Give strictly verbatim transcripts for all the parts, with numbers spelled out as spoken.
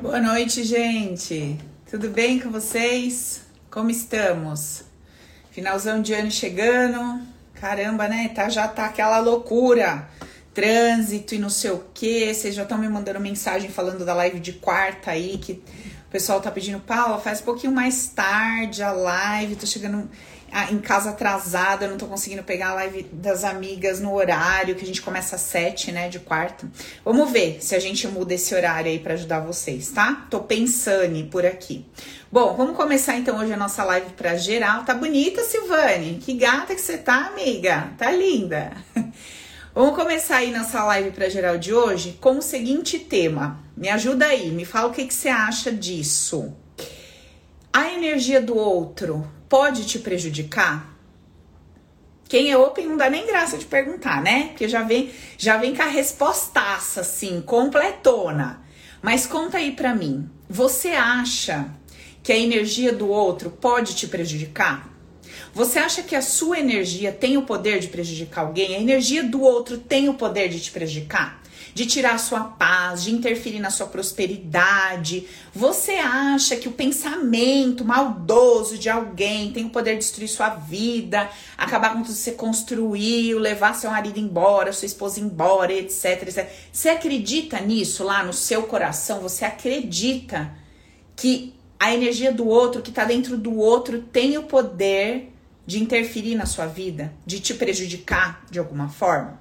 Boa noite, gente. Tudo bem com vocês? Como estamos? Finalzão de ano chegando. Caramba, né? Tá, já tá aquela loucura. Trânsito e não sei o quê. Vocês já estão me mandando mensagem falando da live de quarta aí, que o pessoal tá pedindo, Paula, faz um pouquinho mais tarde a live. Tô chegando em casa atrasada, eu não tô conseguindo pegar a live das amigas no horário, que a gente começa às sete, né, de quarta. Vamos ver se a gente muda esse horário aí pra ajudar vocês, tá? Tô pensando por aqui. Bom, vamos começar então hoje a nossa live pra geral. Tá bonita, Silvane? Que gata que você tá, amiga? Tá linda. Vamos começar aí nossa live pra geral de hoje com o seguinte tema. Me ajuda aí, me fala o que, que você acha disso. A energia do outro pode te prejudicar? Quem é open não dá nem graça de perguntar, né? Porque já vem, já vem com a respostaça, assim, completona. Mas conta aí pra mim, você acha que a energia do outro pode te prejudicar? Você acha que a sua energia tem o poder de prejudicar alguém? A energia do outro tem o poder de te prejudicar? De tirar a sua paz, de interferir na sua prosperidade? Você acha que o pensamento maldoso de alguém tem o poder de destruir sua vida, acabar com tudo que você construiu, levar seu marido embora, sua esposa embora, etc, etcétera? Você acredita nisso lá no seu coração? Você acredita que a energia do outro, que tá dentro do outro, tem o poder de interferir na sua vida, de te prejudicar de alguma forma?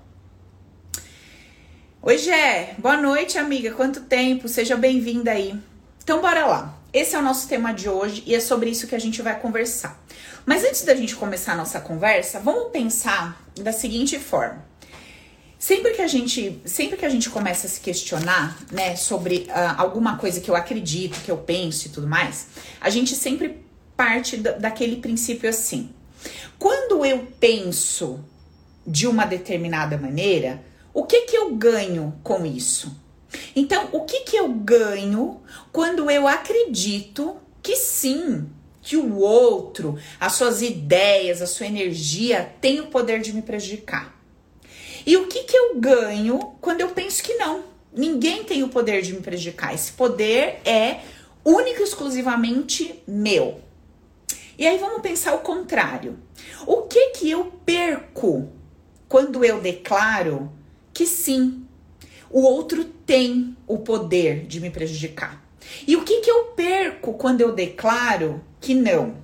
Oi, Gé, boa noite, amiga, quanto tempo, seja bem-vinda aí. Então, bora lá, esse é o nosso tema de hoje e é sobre isso que a gente vai conversar. Mas antes da gente começar a nossa conversa, vamos pensar da seguinte forma. Sempre que a gente, sempre que a gente começa a se questionar, né, sobre uh, alguma coisa que eu acredito, que eu penso e tudo mais, a gente sempre parte da, daquele princípio assim. Quando eu penso de uma determinada maneira, o que que eu ganho com isso? Então, o que que eu ganho quando eu acredito que sim, que o outro, as suas ideias, a sua energia tem o poder de me prejudicar? E o que que eu ganho quando eu penso que não? Ninguém tem o poder de me prejudicar. Esse poder é único e exclusivamente meu. E aí vamos pensar o contrário. O que que eu perco quando eu declaro que sim, o outro tem o poder de me prejudicar? E o que que eu perco quando eu declaro que não?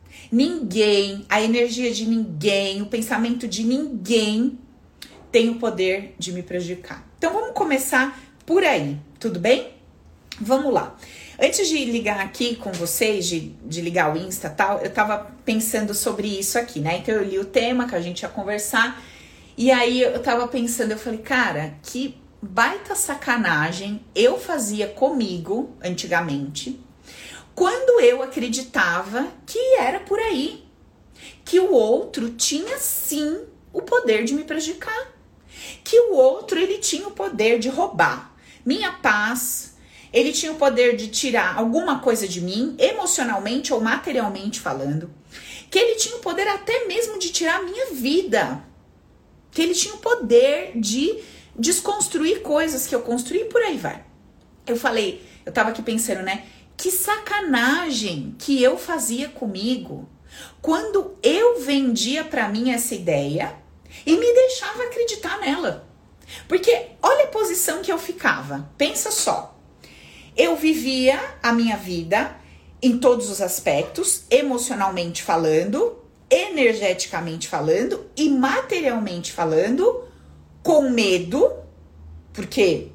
Ninguém, a energia de ninguém, o pensamento de ninguém tem o poder de me prejudicar. Então vamos começar por aí, tudo bem? Vamos lá. Antes de ligar aqui com vocês, de, de ligar o Insta e tal, eu tava pensando sobre isso aqui, né? Então eu li o tema que a gente ia conversar. E aí eu tava pensando, eu falei, cara, que baita sacanagem eu fazia comigo antigamente, quando eu acreditava que era por aí, que o outro tinha sim o poder de me prejudicar, que o outro ele tinha o poder de roubar minha paz, ele tinha o poder de tirar alguma coisa de mim, emocionalmente ou materialmente falando, que ele tinha o poder até mesmo de tirar a minha vida, que ele tinha o poder de desconstruir coisas que eu construí e por aí vai. Eu falei, eu tava aqui pensando, né? Que sacanagem que eu fazia comigo quando eu vendia pra mim essa ideia e me deixava acreditar nela. Porque olha a posição que eu ficava. Pensa só. Eu vivia a minha vida em todos os aspectos, emocionalmente falando, energeticamente falando e materialmente falando, com medo, porque,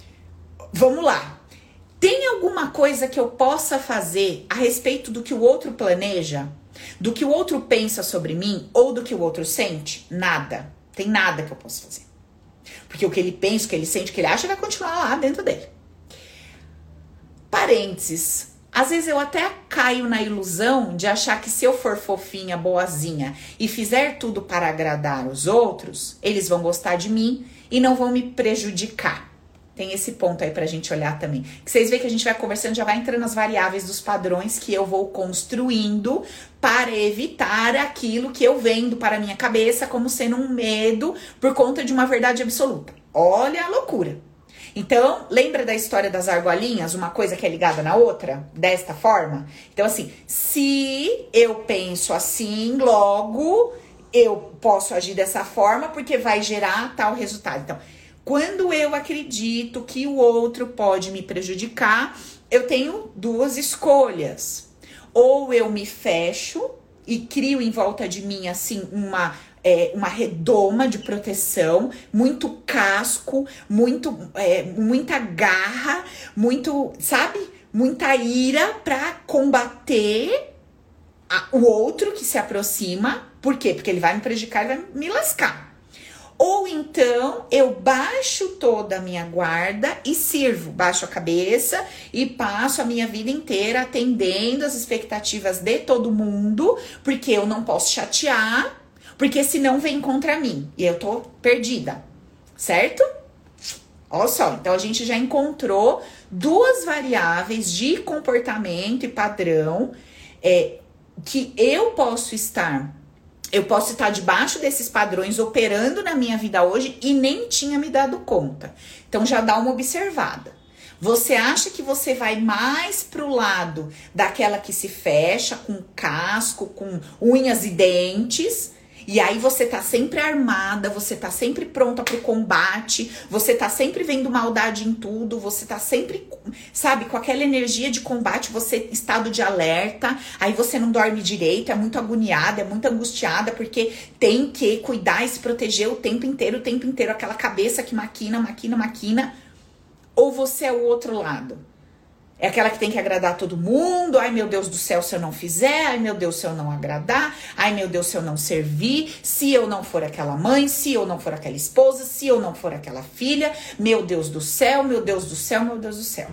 vamos lá, tem alguma coisa que eu possa fazer a respeito do que o outro planeja, do que o outro pensa sobre mim ou do que o outro sente? Nada, tem nada que eu possa fazer, porque o que ele pensa, o que ele sente, o que ele acha vai continuar lá dentro dele. Parênteses. Às vezes eu até caio na ilusão de achar que se eu for fofinha, boazinha e fizer tudo para agradar os outros, eles vão gostar de mim e não vão me prejudicar. Tem esse ponto aí pra gente olhar também. Que vocês veem que a gente vai conversando, já vai entrando nas variáveis dos padrões que eu vou construindo para evitar aquilo que eu vendo para a minha cabeça como sendo um medo por conta de uma verdade absoluta. Olha a loucura. Então, lembra da história das argolinhas? Uma coisa que é ligada na outra? Desta forma? Então, assim, se eu penso assim, logo eu posso agir dessa forma porque vai gerar tal resultado. Então, quando eu acredito que o outro pode me prejudicar, eu tenho duas escolhas. Ou eu me fecho e crio em volta de mim, assim, uma... É, uma redoma de proteção, muito casco, muito, é, muita garra, muito, sabe? Muita ira pra combater a, o outro que se aproxima. Por quê? Porque ele vai me prejudicar, ele vai me lascar. Ou então eu baixo toda a minha guarda e sirvo, baixo a cabeça e passo a minha vida inteira atendendo as expectativas de todo mundo, porque eu não posso chatear. Porque senão vem contra mim e eu tô perdida, certo? Olha só, então a gente já encontrou duas variáveis de comportamento e padrão é, que eu posso estar, eu posso estar debaixo desses padrões operando na minha vida hoje e nem tinha me dado conta. Então já dá uma observada. Você acha que você vai mais pro lado daquela que se fecha com casco, com unhas e dentes... E aí você tá sempre armada, você tá sempre pronta pro combate, você tá sempre vendo maldade em tudo, você tá sempre, sabe, com aquela energia de combate, você estado de alerta, aí você não dorme direito, é muito agoniada, é muito angustiada, porque tem que cuidar e se proteger o tempo inteiro, o tempo inteiro, aquela cabeça que maquina, maquina, maquina. Ou você é o outro lado? É aquela que tem que agradar todo mundo. Ai, meu Deus do céu, se eu não fizer. Ai, meu Deus, se eu não agradar. Ai, meu Deus, se eu não servir. Se eu não for aquela mãe. Se eu não for aquela esposa. Se eu não for aquela filha. Meu Deus do céu, meu Deus do céu, meu Deus do céu.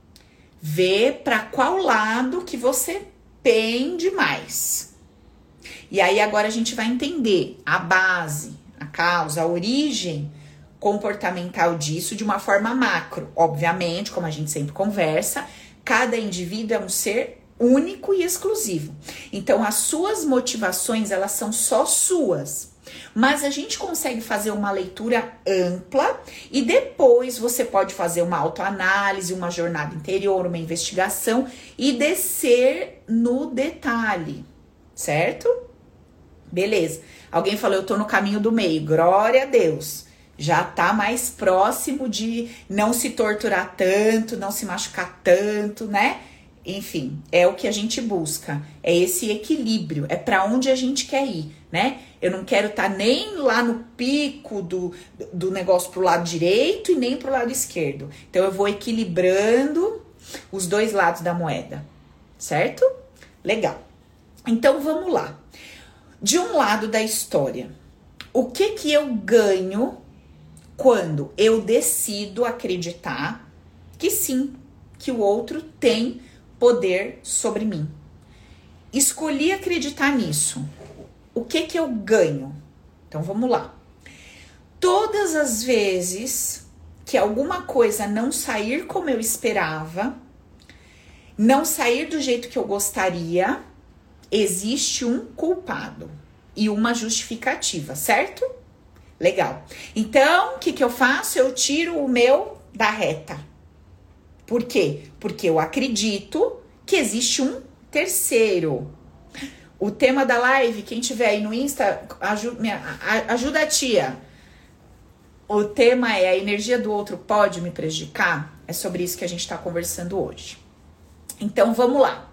Vê pra qual lado que você pende mais. E aí agora a gente vai entender a base, a causa, a origem comportamental disso de uma forma macro. Obviamente, como a gente sempre conversa, cada indivíduo é um ser único e exclusivo. Então, as suas motivações, elas são só suas. Mas a gente consegue fazer uma leitura ampla e depois você pode fazer uma autoanálise, uma jornada interior, uma investigação e descer no detalhe, certo? Beleza. Alguém falou, eu tô no caminho do meio. Glória a Deus. Já tá mais próximo de não se torturar tanto, não se machucar tanto, né? Enfim, é o que a gente busca. É esse equilíbrio, é para onde a gente quer ir, né? Eu não quero estar tá nem lá no pico do, do negócio pro lado direito e nem pro lado esquerdo. Então, eu vou equilibrando os dois lados da moeda, certo? Legal. Então, vamos lá. De um lado da história, o que que eu ganho quando eu decido acreditar que sim, que o outro tem poder sobre mim? Escolhi acreditar nisso. O que que eu ganho? Então vamos lá. Todas as vezes que alguma coisa não sair como eu esperava, não sair do jeito que eu gostaria, existe um culpado e uma justificativa, certo? Legal. Então, o que que eu faço? Eu tiro o meu da reta. Por quê? Porque eu acredito que existe um terceiro. O tema da live, quem tiver aí no Insta, ajuda, ajuda a tia. O tema é: a energia do outro pode me prejudicar? É sobre isso que a gente está conversando hoje. Então, vamos lá.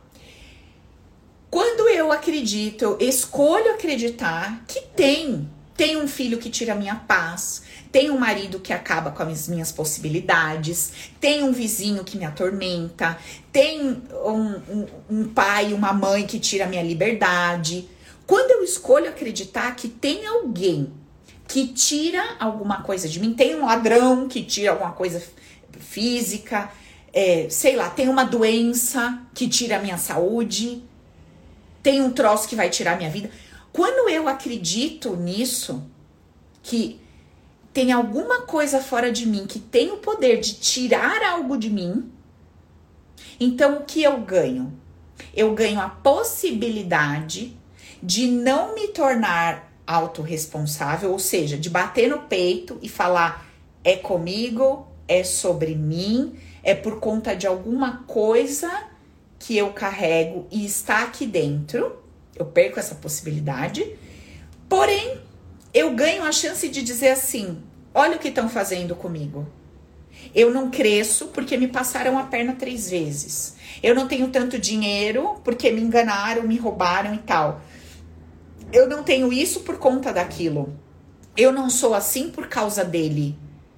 Quando eu acredito, eu escolho acreditar que tem... Tem um filho que tira a minha paz, tem um marido que acaba com as minhas possibilidades, tem um vizinho que me atormenta, tem um, um, um pai, uma mãe que tira a minha liberdade. Quando eu escolho acreditar que tem alguém que tira alguma coisa de mim, tem um ladrão que tira alguma coisa física, é, sei lá, tem uma doença que tira a minha saúde, tem um troço que vai tirar a minha vida... Quando eu acredito nisso, que tem alguma coisa fora de mim que tem o poder de tirar algo de mim, então o que eu ganho? Eu ganho a possibilidade de não me tornar autorresponsável, ou seja, de bater no peito e falar: é comigo, é sobre mim, é por conta de alguma coisa que eu carrego e está aqui dentro. Eu perco essa possibilidade. Porém, eu ganho a chance de dizer assim, olha o que estão fazendo comigo. Eu não cresço porque me passaram a perna três vezes. Eu não tenho tanto dinheiro porque me enganaram, me roubaram e tal. Eu não tenho isso por conta daquilo. Eu não sou assim por causa dele.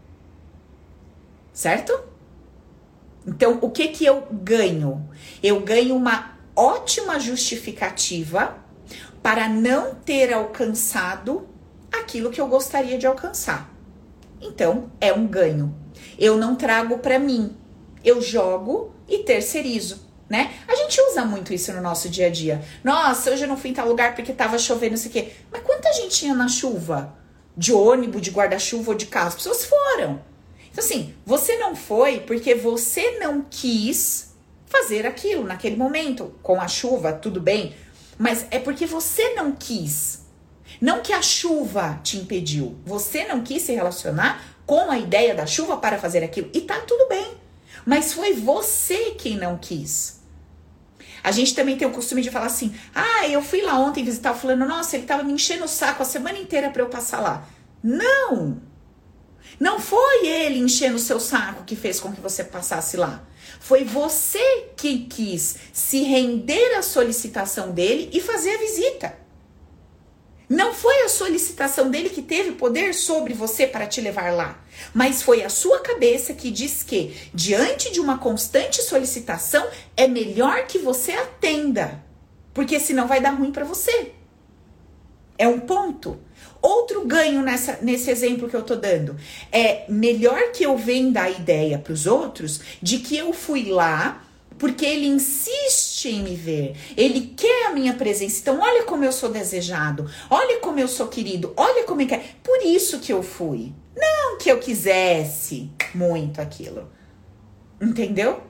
Certo? Então, o que que eu ganho? Eu ganho uma ótima justificativa para não ter alcançado aquilo que eu gostaria de alcançar. Então, é um ganho. Eu não trago para mim. Eu jogo e terceirizo, né? A gente usa muito isso no nosso dia a dia. Nossa, hoje eu não fui em tal lugar porque tava chovendo, não sei o quê. Mas quanta gente tinha na chuva? De ônibus, de guarda-chuva ou de carro? As pessoas foram. Então, assim, você não foi porque você não quis fazer aquilo naquele momento. Com a chuva, tudo bem. Mas é porque você não quis. Não que a chuva te impediu. Você não quis se relacionar com a ideia da chuva para fazer aquilo. E tá tudo bem. Mas foi você quem não quis. A gente também tem o costume de falar assim, ah, eu fui lá ontem visitar o fulano, nossa, ele tava me enchendo o saco a semana inteira para eu passar lá. Não! Não foi ele enchendo o seu saco que fez com que você passasse lá. Foi você que quis se render à solicitação dele e fazer a visita. Não foi a solicitação dele que teve poder sobre você para te levar lá, mas foi a sua cabeça que diz que, diante de uma constante solicitação, é melhor que você atenda, porque senão vai dar ruim para você. É um ponto. Outro ganho nessa, nesse exemplo que eu tô dando é melhor que eu venda a ideia para os outros de que eu fui lá porque ele insiste em me ver, ele quer a minha presença. Então, olha como eu sou desejado, olha como eu sou querido, olha como ele quer. Por isso que eu fui. Não que eu quisesse muito aquilo. Entendeu?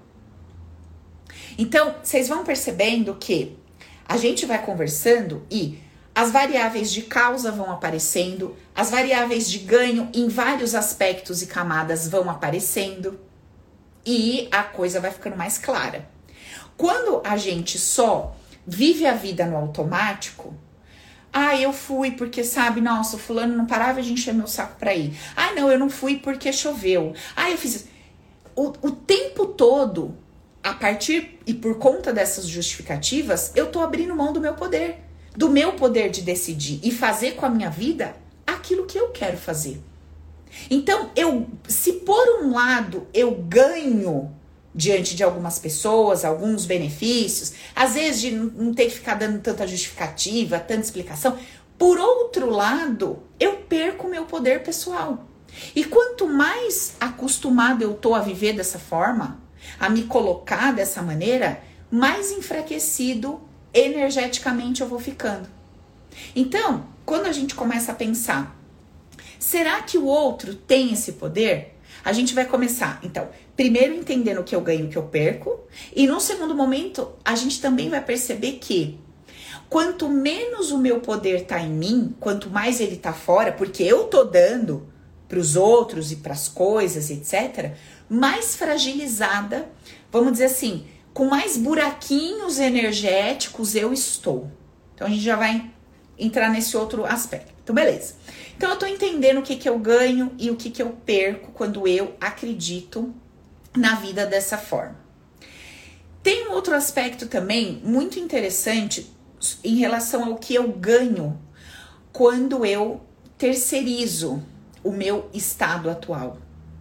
Então, vocês vão percebendo que a gente vai conversando e as variáveis de causa vão aparecendo, as variáveis de ganho em vários aspectos e camadas vão aparecendo. E a coisa vai ficando mais clara. Quando a gente só vive a vida no automático, ah, eu fui porque, sabe, nossa, o fulano não parava de encher meu saco pra ir. Ah, não, eu não fui porque choveu. Ah, eu fiz... O, o tempo todo, a partir e por conta dessas justificativas, eu tô abrindo mão do meu poder. Do meu poder de decidir e fazer com a minha vida aquilo que eu quero fazer. Então, eu, se por um lado eu ganho diante de algumas pessoas, alguns benefícios, às vezes de não ter que ficar dando tanta justificativa, tanta explicação, por outro lado, eu perco meu poder pessoal. E quanto mais acostumado eu tô a viver dessa forma, a me colocar dessa maneira, mais enfraquecido energeticamente eu vou ficando. Então, quando a gente começa a pensar, será que o outro tem esse poder? A gente vai começar, então, primeiro entendendo o que eu ganho e o que eu perco. E num segundo momento, a gente também vai perceber que quanto menos o meu poder tá em mim, quanto mais ele tá fora, porque eu tô dando pros outros e pras coisas, etcétera, mais fragilizada, vamos dizer assim, com mais buraquinhos energéticos eu estou. Então, a gente já vai entrar nesse outro aspecto. Então, beleza. Então, eu tô entendendo o que que eu ganho e o que que eu perco quando eu acredito na vida dessa forma. Tem um outro aspecto também muito interessante em relação ao que eu ganho quando eu terceirizo o meu estado atual.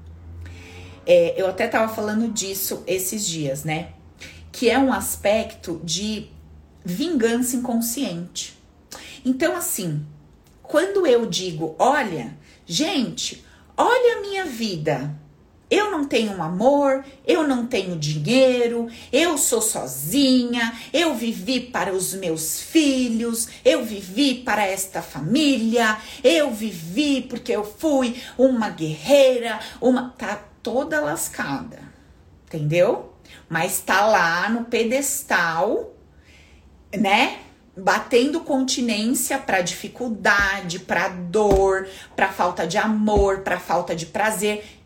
É, eu até tava falando disso esses dias, né? Que é um aspecto de vingança inconsciente. Então, assim, quando eu digo, olha, gente, olha a minha vida. Eu não tenho amor, eu não tenho dinheiro, eu sou sozinha, eu vivi para os meus filhos, eu vivi para esta família, eu vivi porque eu fui uma guerreira, uma... Tá toda lascada, entendeu? Mas tá lá no pedestal, né? Batendo continência para dificuldade, para dor, para falta de amor, para falta de prazer.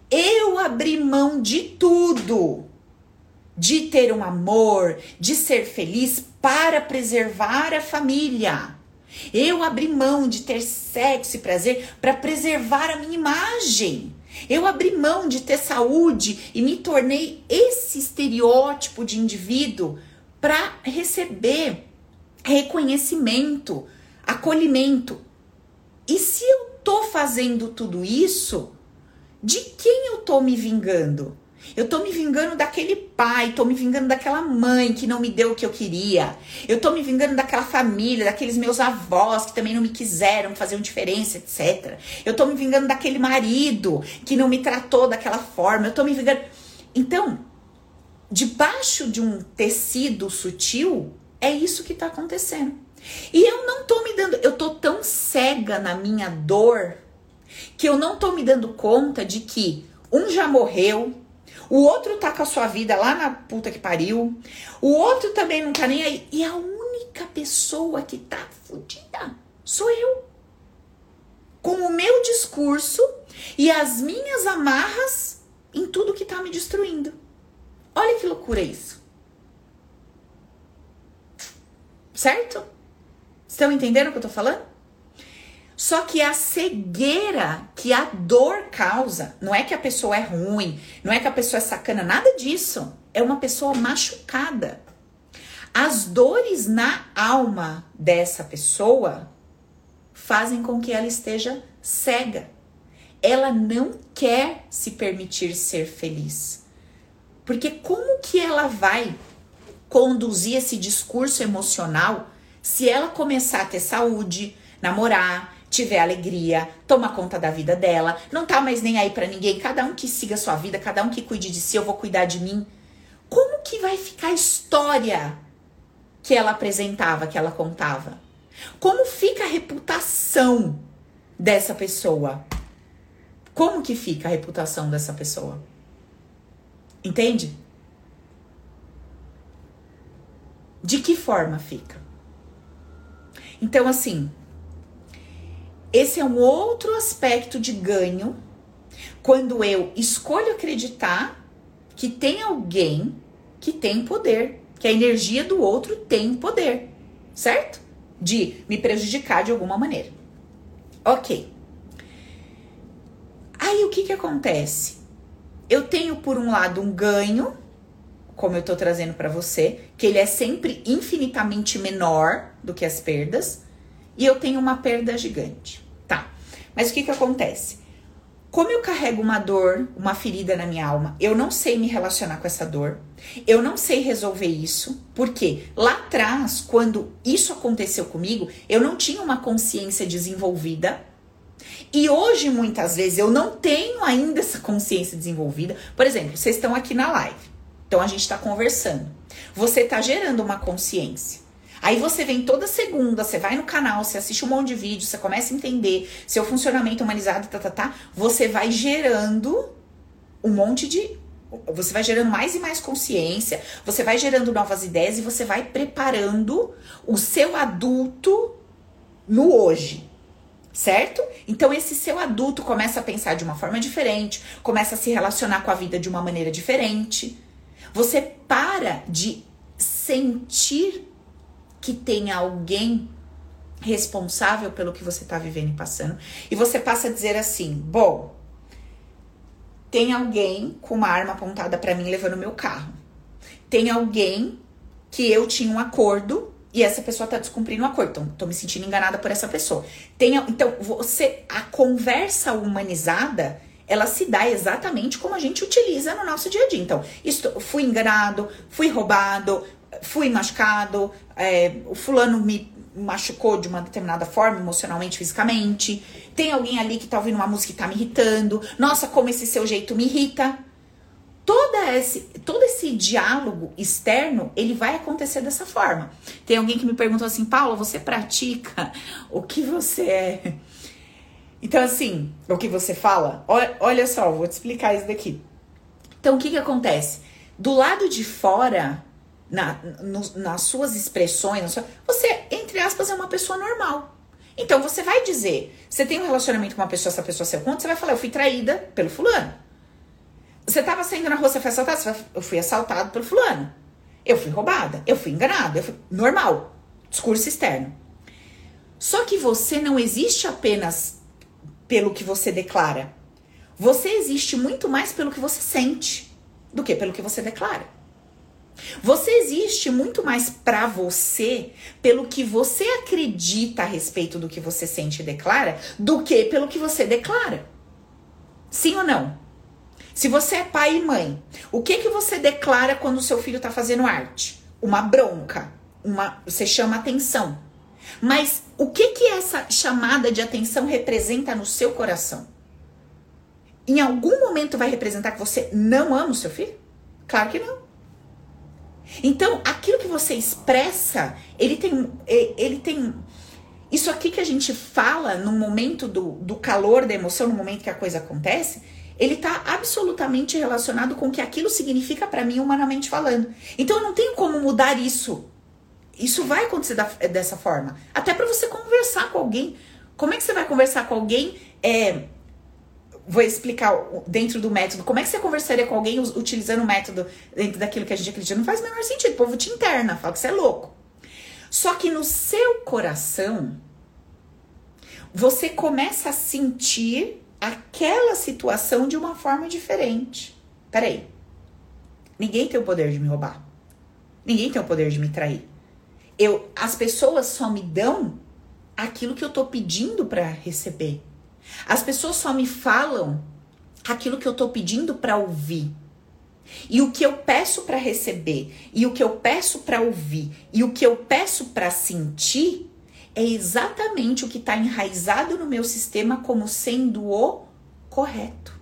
Eu abri mão de tudo, de ter um amor, de ser feliz para preservar a família. Eu abri mão de ter sexo e prazer para preservar a minha imagem. Eu abri mão de ter saúde e me tornei esse estereótipo de indivíduo para receber reconhecimento, acolhimento. E se eu tô fazendo tudo isso, de quem eu tô me vingando? Eu tô me vingando daquele pai, tô me vingando daquela mãe que não me deu o que eu queria. Eu tô me vingando daquela família, daqueles meus avós que também não me quiseram, faziam diferença, etcétera. Eu tô me vingando daquele marido que não me tratou daquela forma. Eu tô me vingando. Então, debaixo de um tecido sutil, é isso que tá acontecendo. E eu não tô me dando, eu tô tão cega na minha dor que eu não tô me dando conta de que um já morreu, o outro tá com a sua vida lá na puta que pariu, o outro também não tá nem aí, e a única pessoa que tá fodida sou eu. Com o meu discurso e as minhas amarras em tudo que tá me destruindo. Olha que loucura isso. Certo? Estão entendendo o que eu tô falando? Só que a cegueira que a dor causa, não é que a pessoa é ruim, não é que a pessoa é sacana, nada disso. É uma pessoa machucada. As dores na alma dessa pessoa fazem com que ela esteja cega. Ela não quer se permitir ser feliz. Porque como que ela vai conduzir esse discurso emocional se ela começar a ter saúde, namorar, tiver alegria, tomar conta da vida dela, não tá mais nem aí pra ninguém, cada um que siga a sua vida, cada um que cuide de si, eu vou cuidar de mim. Como que vai ficar a história que ela apresentava, que ela contava? Como fica a reputação dessa pessoa? Como que fica a reputação dessa pessoa? Entende? De que forma fica? Então, assim, esse é um outro aspecto de ganho quando eu escolho acreditar que tem alguém que tem poder, que a energia do outro tem poder, certo? De me prejudicar de alguma maneira. Ok. Aí o que que acontece? Eu tenho, por um lado, um ganho, como eu tô trazendo pra você, que ele é sempre infinitamente menor do que as perdas, e eu tenho uma perda gigante. Tá, mas o que que acontece? Como eu carrego uma dor, uma ferida na minha alma, eu não sei me relacionar com essa dor, eu não sei resolver isso, porque lá atrás, quando isso aconteceu comigo, eu não tinha uma consciência desenvolvida, e hoje, muitas vezes, eu não tenho ainda essa consciência desenvolvida. Por exemplo, vocês estão aqui na live, então a gente tá conversando, você tá gerando uma consciência. Aí você vem toda segunda, você vai no canal, você assiste um monte de vídeo, você começa a entender seu funcionamento humanizado, tá, tá, tá. Você vai gerando um monte de... Você vai gerando mais e mais consciência, você vai gerando novas ideias e você vai preparando o seu adulto no hoje, certo? Então esse seu adulto começa a pensar de uma forma diferente, começa a se relacionar com a vida de uma maneira diferente. Você para de sentir que tem alguém responsável pelo que você tá vivendo e passando. E você passa a dizer assim, bom, tem alguém com uma arma apontada pra mim levando meu carro. Tem alguém que eu tinha um acordo e essa pessoa tá descumprindo o acordo. Então, tô me sentindo enganada por essa pessoa. Tem, então, você, a conversa humanizada, ela se dá exatamente como a gente utiliza no nosso dia a dia. Então, estou, fui enganado, fui roubado, fui machucado, é, o fulano me machucou de uma determinada forma, emocionalmente, fisicamente. Tem alguém ali que tá ouvindo uma música que tá me irritando. Nossa, como esse seu jeito me irrita. Toda esse, todo esse diálogo externo, ele vai acontecer dessa forma. Tem alguém que me perguntou assim, Paula, você pratica o que você é? Então, assim, o que você fala? Olha, olha só, vou te explicar isso daqui. Então, o que que acontece? Do lado de fora... Na, no, nas suas expressões, na sua, você, entre aspas, é uma pessoa normal. Então você vai dizer, você tem um relacionamento com uma pessoa, essa pessoa é seu contra, você vai falar, eu fui traída pelo fulano. Você tava saindo na rua, você foi assaltado? Você foi, eu fui assaltado pelo fulano. Eu fui roubada, eu fui enganada, eu fui... normal. Discurso externo. Só que você não existe apenas pelo que você declara. Você existe muito mais pelo que você sente do que pelo que você declara. Você existe muito mais pra você pelo que você acredita a respeito do que você sente e declara do que pelo que você declara. Sim ou não? Se você é pai e mãe, o que que você declara quando o seu filho tá fazendo arte? Uma bronca, uma, você chama atenção. Mas o que que essa chamada de atenção representa no seu coração? Em algum momento vai representar que você não ama o seu filho? Claro que não. Então, aquilo que você expressa, ele tem, ele tem... Isso aqui que a gente fala no momento do, do calor da emoção, no momento que a coisa acontece, ele tá absolutamente relacionado com o que aquilo significa pra mim, humanamente falando. Então, eu não tenho como mudar isso. Isso vai acontecer da, dessa forma. Até pra você conversar com alguém. Como é que você vai conversar com alguém? É... Vou explicar dentro do método. Como é que você conversaria com alguém utilizando o método dentro daquilo que a gente acredita? Não faz o menor sentido. O povo te interna, fala que você é louco. Só que no seu coração, você começa a sentir aquela situação de uma forma diferente. Peraí. Ninguém tem o poder de me roubar. Ninguém tem o poder de me trair. Eu, as pessoas só me dão aquilo que eu tô pedindo pra receber. As pessoas só me falam aquilo que eu tô pedindo pra ouvir. E o que eu peço pra receber, e o que eu peço pra ouvir, e o que eu peço pra sentir, é exatamente o que tá enraizado no meu sistema como sendo o correto.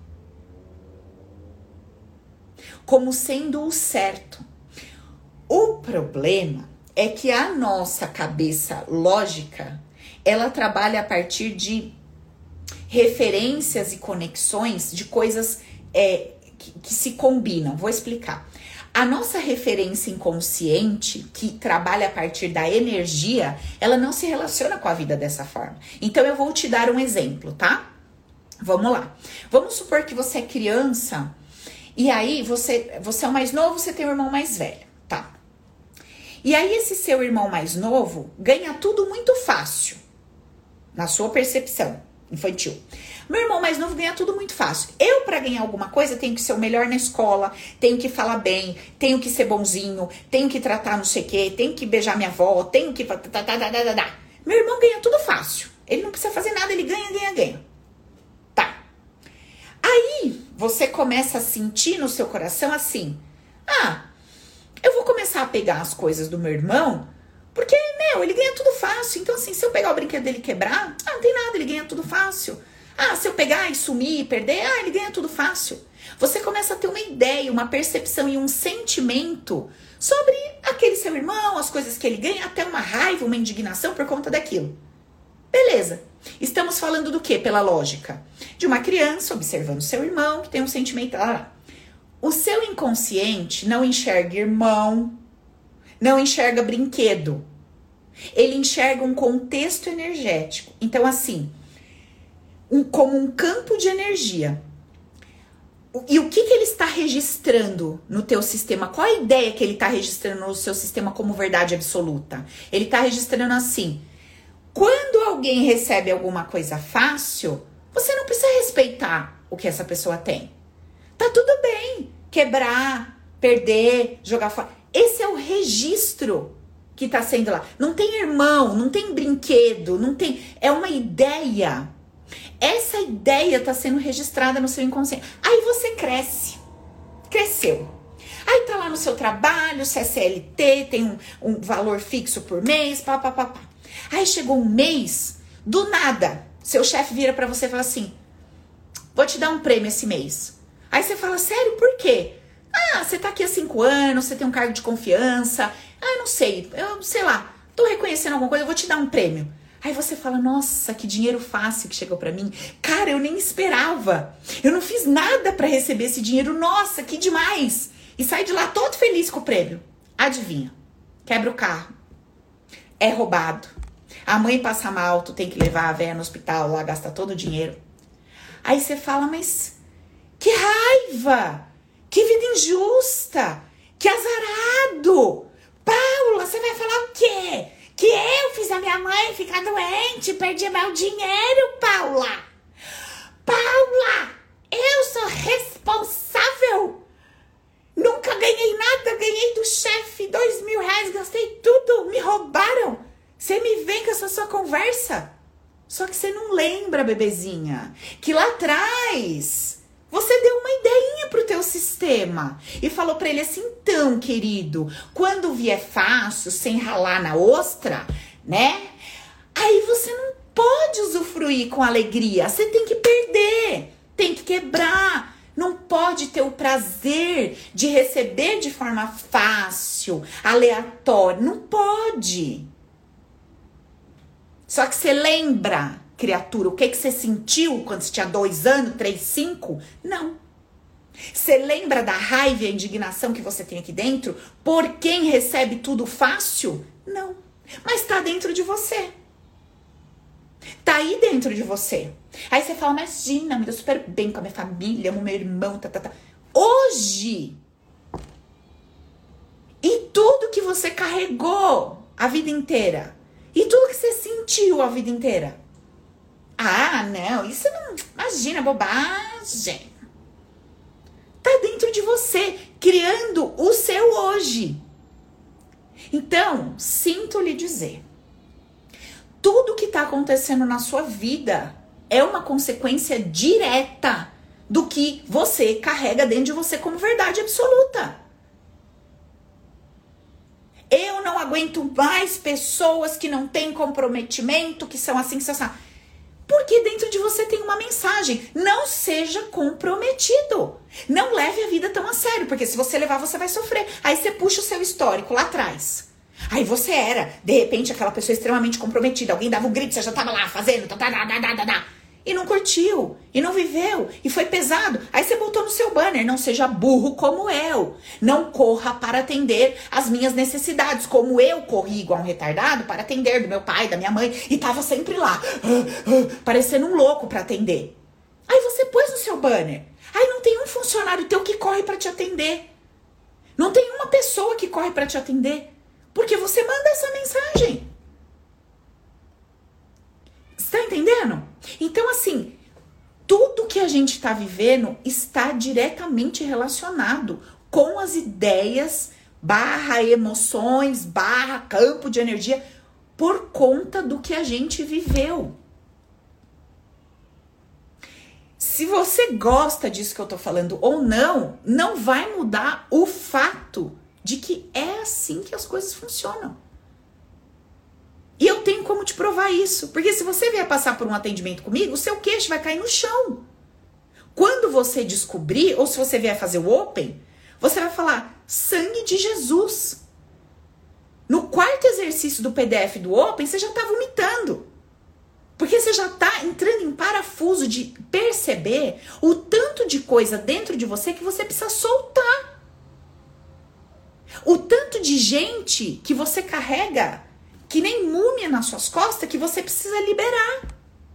Como sendo o certo. O problema é que a nossa cabeça lógica, ela trabalha a partir de referências e conexões de coisas é, que, que se combinam. Vou explicar. A nossa referência inconsciente, que trabalha a partir da energia, ela não se relaciona com a vida dessa forma. Então, eu vou te dar um exemplo, tá? Vamos lá. Vamos supor que você é criança e aí você, você é o mais novo, você tem um irmão mais velho, tá? E aí, esse seu irmão mais novo ganha tudo muito fácil, na sua percepção infantil. Meu irmão mais novo ganha tudo muito fácil. Eu, pra ganhar alguma coisa, tenho que ser o melhor na escola, tenho que falar bem, tenho que ser bonzinho, tenho que tratar não sei o quê, tenho que beijar minha avó, tenho que... Meu irmão ganha tudo fácil. Ele não precisa fazer nada, ele ganha, ganha, ganha. Tá. Aí, você começa a sentir no seu coração assim, ah, eu vou começar a pegar as coisas do meu irmão, porque, meu, ele ganha tudo fácil. Então, assim, se eu pegar o brinquedo dele e quebrar, ah, não tem nada, ele ganha tudo fácil. Ah, se eu pegar e sumir e perder, ah, ele ganha tudo fácil. Você começa a ter uma ideia, uma percepção e um sentimento sobre aquele seu irmão, as coisas que ele ganha, até uma raiva, uma indignação por conta daquilo. Beleza. Estamos falando do quê? Pela lógica. De uma criança observando seu irmão, que tem um sentimento... Ah, o seu inconsciente não enxerga irmão, não enxerga brinquedo. Ele enxerga um contexto energético. Então, assim, um, como um campo de energia. E o que, que ele está registrando no teu sistema? Qual a ideia que ele está registrando no seu sistema como verdade absoluta? Ele está registrando assim: quando alguém recebe alguma coisa fácil, você não precisa respeitar o que essa pessoa tem. Tá tudo bem quebrar, perder, jogar fora. Esse é o registro que tá sendo lá. Não tem irmão, não tem brinquedo, não tem... É uma ideia. Essa ideia tá sendo registrada no seu inconsciente. Aí você cresce. Cresceu. Aí tá lá no seu trabalho, você é C L T, tem um, um valor fixo por mês, pá, pá, pá, pá. Aí chegou um mês, do nada, seu chefe vira pra você e fala assim: vou te dar um prêmio esse mês. Aí você fala: sério, por quê? Ah, você tá aqui há cinco anos, você tem um cargo de confiança. Ah, não sei, eu sei lá, tô reconhecendo alguma coisa, eu vou te dar um prêmio. Aí você fala: nossa, que dinheiro fácil que chegou pra mim. Cara, eu nem esperava. Eu não fiz nada pra receber esse dinheiro. Nossa, que demais. E sai de lá todo feliz com o prêmio. Adivinha? Quebra o carro. É roubado. A mãe passa mal, tu tem que levar a véia no hospital, lá gasta todo o dinheiro. Aí você fala: mas que raiva! Que vida injusta! Que azarado! Paula, você vai falar o quê? Que eu fiz a minha mãe ficar doente, perdi meu dinheiro, Paula! Paula, eu sou responsável! Nunca ganhei nada, ganhei do chefe dois mil reais, gastei tudo, me roubaram! Você me vem com essa sua conversa? Só que você não lembra, bebezinha, que lá atrás você deu uma ideinha pro teu sistema e falou pra ele assim, então, querido, quando vier fácil, sem ralar na ostra, né? Aí você não pode usufruir com alegria, você tem que perder, tem que quebrar. Não pode ter o prazer de receber de forma fácil, aleatória, não pode. Só que você lembra, criatura, o que, que você sentiu quando você tinha dois anos, três, cinco? Não. Você lembra da raiva e a indignação que você tem aqui dentro por quem recebe tudo fácil? Não. Mas tá dentro de você. Tá aí dentro de você. Aí você fala, imagina, me deu super bem com a minha família, amo meu irmão, tá, tá, tá. Hoje, e tudo que você carregou a vida inteira, e tudo que você sentiu a vida inteira. Ah, não, isso não, imagina, bobagem. Tá dentro de você, criando o seu hoje. Então, sinto lhe dizer, tudo que tá acontecendo na sua vida é uma consequência direta do que você carrega dentro de você como verdade absoluta. Eu não aguento mais pessoas que não têm comprometimento, que são assim, que são assim. Porque dentro de você tem uma mensagem. Não seja comprometido. Não leve a vida tão a sério, porque se você levar, você vai sofrer. Aí você puxa o seu histórico lá atrás. Aí você era, de repente, aquela pessoa extremamente comprometida. Alguém dava um grito, você já tava lá fazendo, tá, tá, tá, tá, tá, tá, e não curtiu, e não viveu, e foi pesado. Aí você botou no seu banner, não seja burro como eu. Não corra para atender as minhas necessidades, como eu corri igual um retardado para atender do meu pai, da minha mãe, e tava sempre lá, uh, uh, parecendo um louco para atender. Aí você pôs no seu banner. Aí não tem um funcionário teu que corre para te atender. Não tem uma pessoa que corre para te atender. Porque você manda essa mensagem. Você tá entendendo? Então, assim, tudo que a gente tá vivendo está diretamente relacionado com as ideias, barra emoções, barra campo de energia, por conta do que a gente viveu. Se você gosta disso que eu tô falando ou não, não vai mudar o fato de que é assim que as coisas funcionam. E eu tenho como te provar isso. Porque se você vier passar por um atendimento comigo, o seu queixo vai cair no chão. Quando você descobrir, ou se você vier fazer o Open, você vai falar, sangue de Jesus. No quarto exercício do P D F do Open, você já tá vomitando. Porque você já tá entrando em parafuso de perceber o tanto de coisa dentro de você que você precisa soltar. O tanto de gente que você carrega, que nem múmia nas suas costas, que você precisa liberar.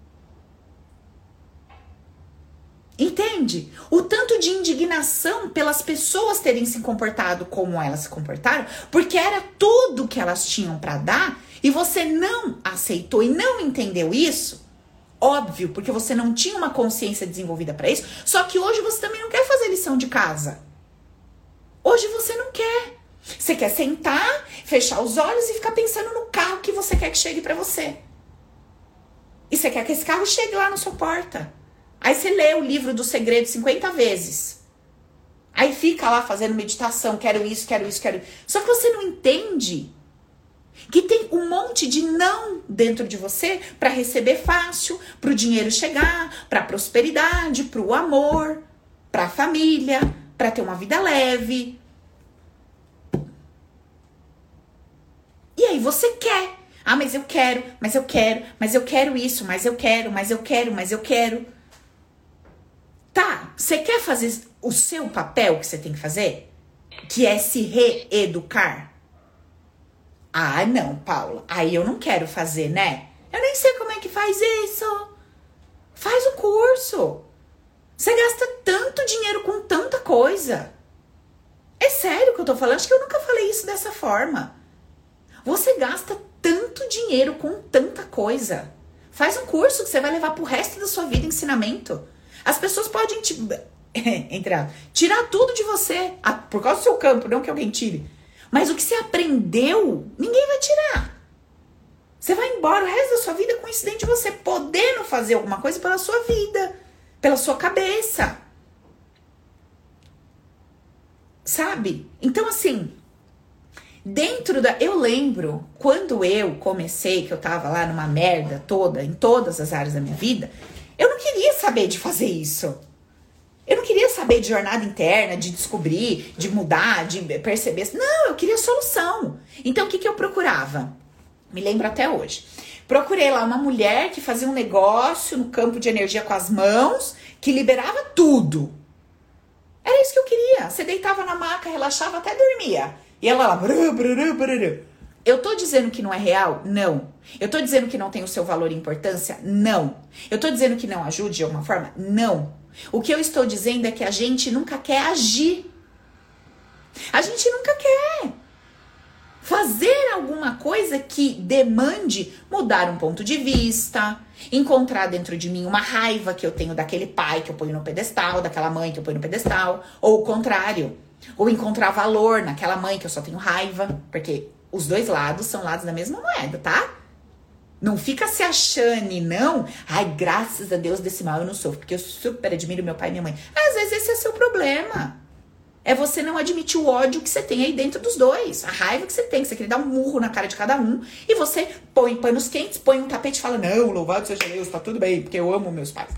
Entende? O tanto de indignação pelas pessoas terem se comportado como elas se comportaram, porque era tudo que elas tinham para dar, e você não aceitou e não entendeu isso. Óbvio, porque você não tinha uma consciência desenvolvida para isso. Só que hoje você também não quer fazer lição de casa. Hoje você não quer. Você quer sentar, fechar os olhos e ficar pensando no carro que você quer que chegue pra você. E você quer que esse carro chegue lá na sua porta. Aí você lê o livro do segredo cinquenta vezes. Aí fica lá fazendo meditação, quero isso, quero isso, quero isso. Só que você não entende que tem um monte de não dentro de você pra receber fácil, pro dinheiro chegar, pra prosperidade, pro amor, pra família, pra ter uma vida leve. E aí você quer. Ah, mas eu quero, mas eu quero, mas eu quero isso, mas eu quero, mas eu quero, mas eu quero. Tá, você quer fazer o seu papel que você tem que fazer? Que é se reeducar? Ah, não, Paula. Aí eu não quero fazer, né? Eu nem sei como é que faz isso. Faz o curso. Você gasta tanto dinheiro com tanta coisa. É sério que eu tô falando? Acho que eu nunca falei isso dessa forma. Você gasta tanto dinheiro com tanta coisa. Faz um curso que você vai levar pro resto da sua vida, ensinamento. As pessoas podem te, entrar, tirar tudo de você, por causa do seu campo, não que alguém tire. Mas o que você aprendeu, ninguém vai tirar. Você vai embora o resto da sua vida com isso dentro de você, podendo fazer alguma coisa pela sua vida, pela sua cabeça. Sabe? Então, assim, dentro da... Eu lembro, quando eu comecei, que eu tava lá numa merda toda, em todas as áreas da minha vida, eu não queria saber de fazer isso. Eu não queria saber de jornada interna, de descobrir, de mudar, de perceber. Não, eu queria solução. Então, o que, que eu procurava? Me lembro até hoje. Procurei lá uma mulher que fazia um negócio no campo de energia com as mãos, que liberava tudo. Era isso que eu queria. Você deitava na maca, relaxava, até dormia. E ela lá... Brru, brru, brru. Eu tô dizendo que não é real? Não. Eu tô dizendo que não tem o seu valor e importância? Não. Eu tô dizendo que não ajude de alguma forma? Não. O que eu estou dizendo é que a gente nunca quer agir. A gente nunca quer fazer alguma coisa que demande mudar um ponto de vista, encontrar dentro de mim uma raiva que eu tenho daquele pai que eu ponho no pedestal, daquela mãe que eu ponho no pedestal, ou o contrário, ou encontrar valor naquela mãe que eu só tenho raiva, porque os dois lados são lados da mesma moeda, tá? Não fica se achando, não. Ai, graças a Deus desse mal eu não sofro, porque eu super admiro meu pai e minha mãe. Às vezes esse é seu problema. É você não admitir o ódio que você tem aí dentro dos dois. A raiva que você tem, que você quer dar um murro na cara de cada um. E você põe panos quentes, põe um tapete e fala, não, louvado seja Deus, tá tudo bem, porque eu amo meus pais.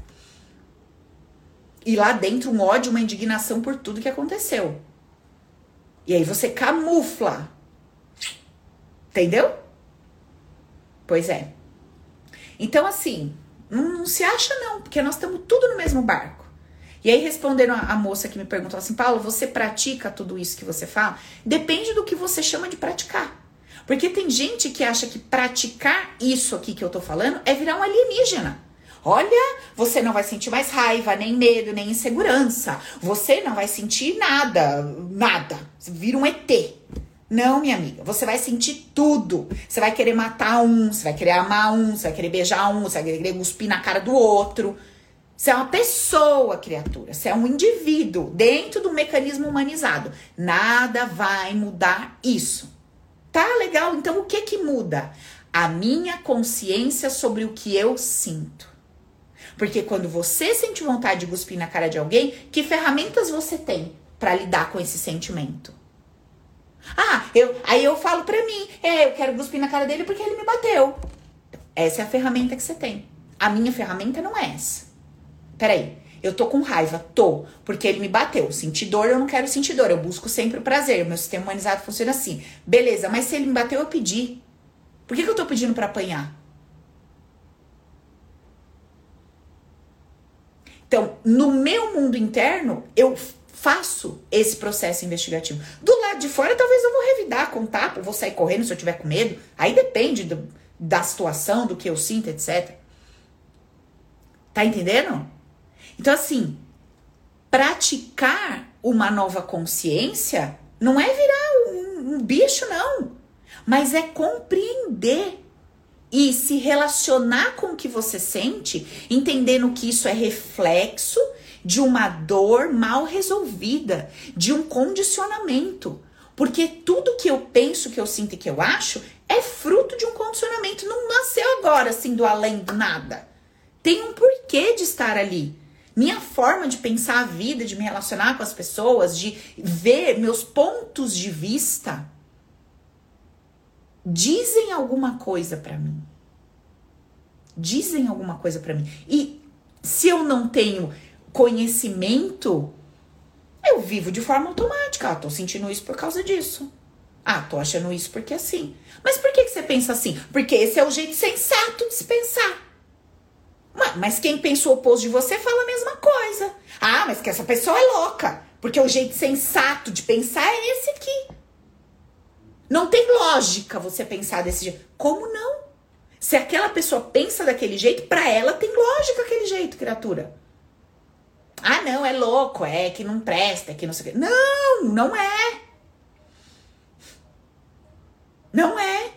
E lá dentro um ódio, uma indignação por tudo que aconteceu. E aí você camufla. Entendeu? Pois é. Então assim, não, não se acha não, porque nós estamos tudo no mesmo barco. E aí, respondendo a, a moça que me perguntou assim, Paulo, você pratica tudo isso que você fala? Depende do que você chama de praticar. Porque tem gente que acha que praticar isso aqui que eu tô falando é virar um alienígena. Olha, você não vai sentir mais raiva, nem medo, nem insegurança. Você não vai sentir nada, nada. Você vira um E T. Não, minha amiga, você vai sentir tudo. Você vai querer matar um, você vai querer amar um, você vai querer beijar um, você vai querer cuspir na cara do outro. Você é uma pessoa, criatura. Você é um indivíduo dentro do mecanismo humanizado. Nada vai mudar isso. Tá legal? Então, o que que muda? A minha consciência sobre o que eu sinto. Porque quando você sente vontade de cuspir na cara de alguém, que ferramentas você tem para lidar com esse sentimento? Ah, eu, aí eu falo pra mim, é, eu quero cuspir na cara dele porque ele me bateu. Essa é a ferramenta que você tem. A minha ferramenta não é essa. Peraí, eu tô com raiva, tô, porque ele me bateu. Sentir dor, eu não quero sentir dor, eu busco sempre o prazer. Meu sistema humanizado funciona assim. Beleza, mas se ele me bateu, eu pedi. Por que que eu tô pedindo pra apanhar? Então, no meu mundo interno, eu faço esse processo investigativo. Do lado de fora, talvez eu vou revidar, contar, eu vou sair correndo se eu tiver com medo. Aí depende do, da situação, do que eu sinto, etcétera. Tá entendendo? Então, assim, praticar uma nova consciência não é virar um, um bicho, não. Mas é compreender e se relacionar com o que você sente, entendendo que isso é reflexo de uma dor mal resolvida, de um condicionamento. Porque tudo que eu penso, que eu sinto e que eu acho é fruto de um condicionamento. Não nasceu agora, assim, do além do nada. Tem um porquê de estar ali. Minha forma de pensar a vida, de me relacionar com as pessoas, de ver meus pontos de vista, dizem alguma coisa pra mim. Dizem alguma coisa pra mim. E se eu não tenho conhecimento, eu vivo de forma automática. Ah, tô sentindo isso por causa disso. Ah, tô achando isso porque assim. Mas por que que você pensa assim? Porque esse é o jeito sensato de se pensar. Mas quem pensa o oposto de você fala a mesma coisa. Ah, mas que essa pessoa é louca. Porque o jeito sensato de pensar é esse aqui. Não tem lógica você pensar desse jeito. Como não? Se aquela pessoa pensa daquele jeito, pra ela tem lógica aquele jeito, criatura. Ah, não, é louco, é que não presta, é que não sei o quê. Não, não é. Não é.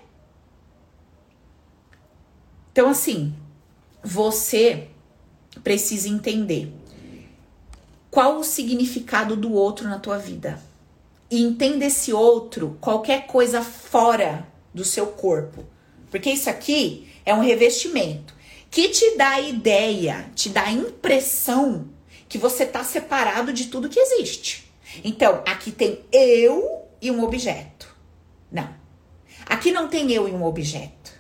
Então, assim, você precisa entender qual o significado do outro na tua vida. E entenda esse outro, qualquer coisa fora do seu corpo. Porque isso aqui é um revestimento que te dá a ideia, te dá a impressão que você tá separado de tudo que existe. Então, aqui tem eu e um objeto. Não. Aqui não tem eu e um objeto.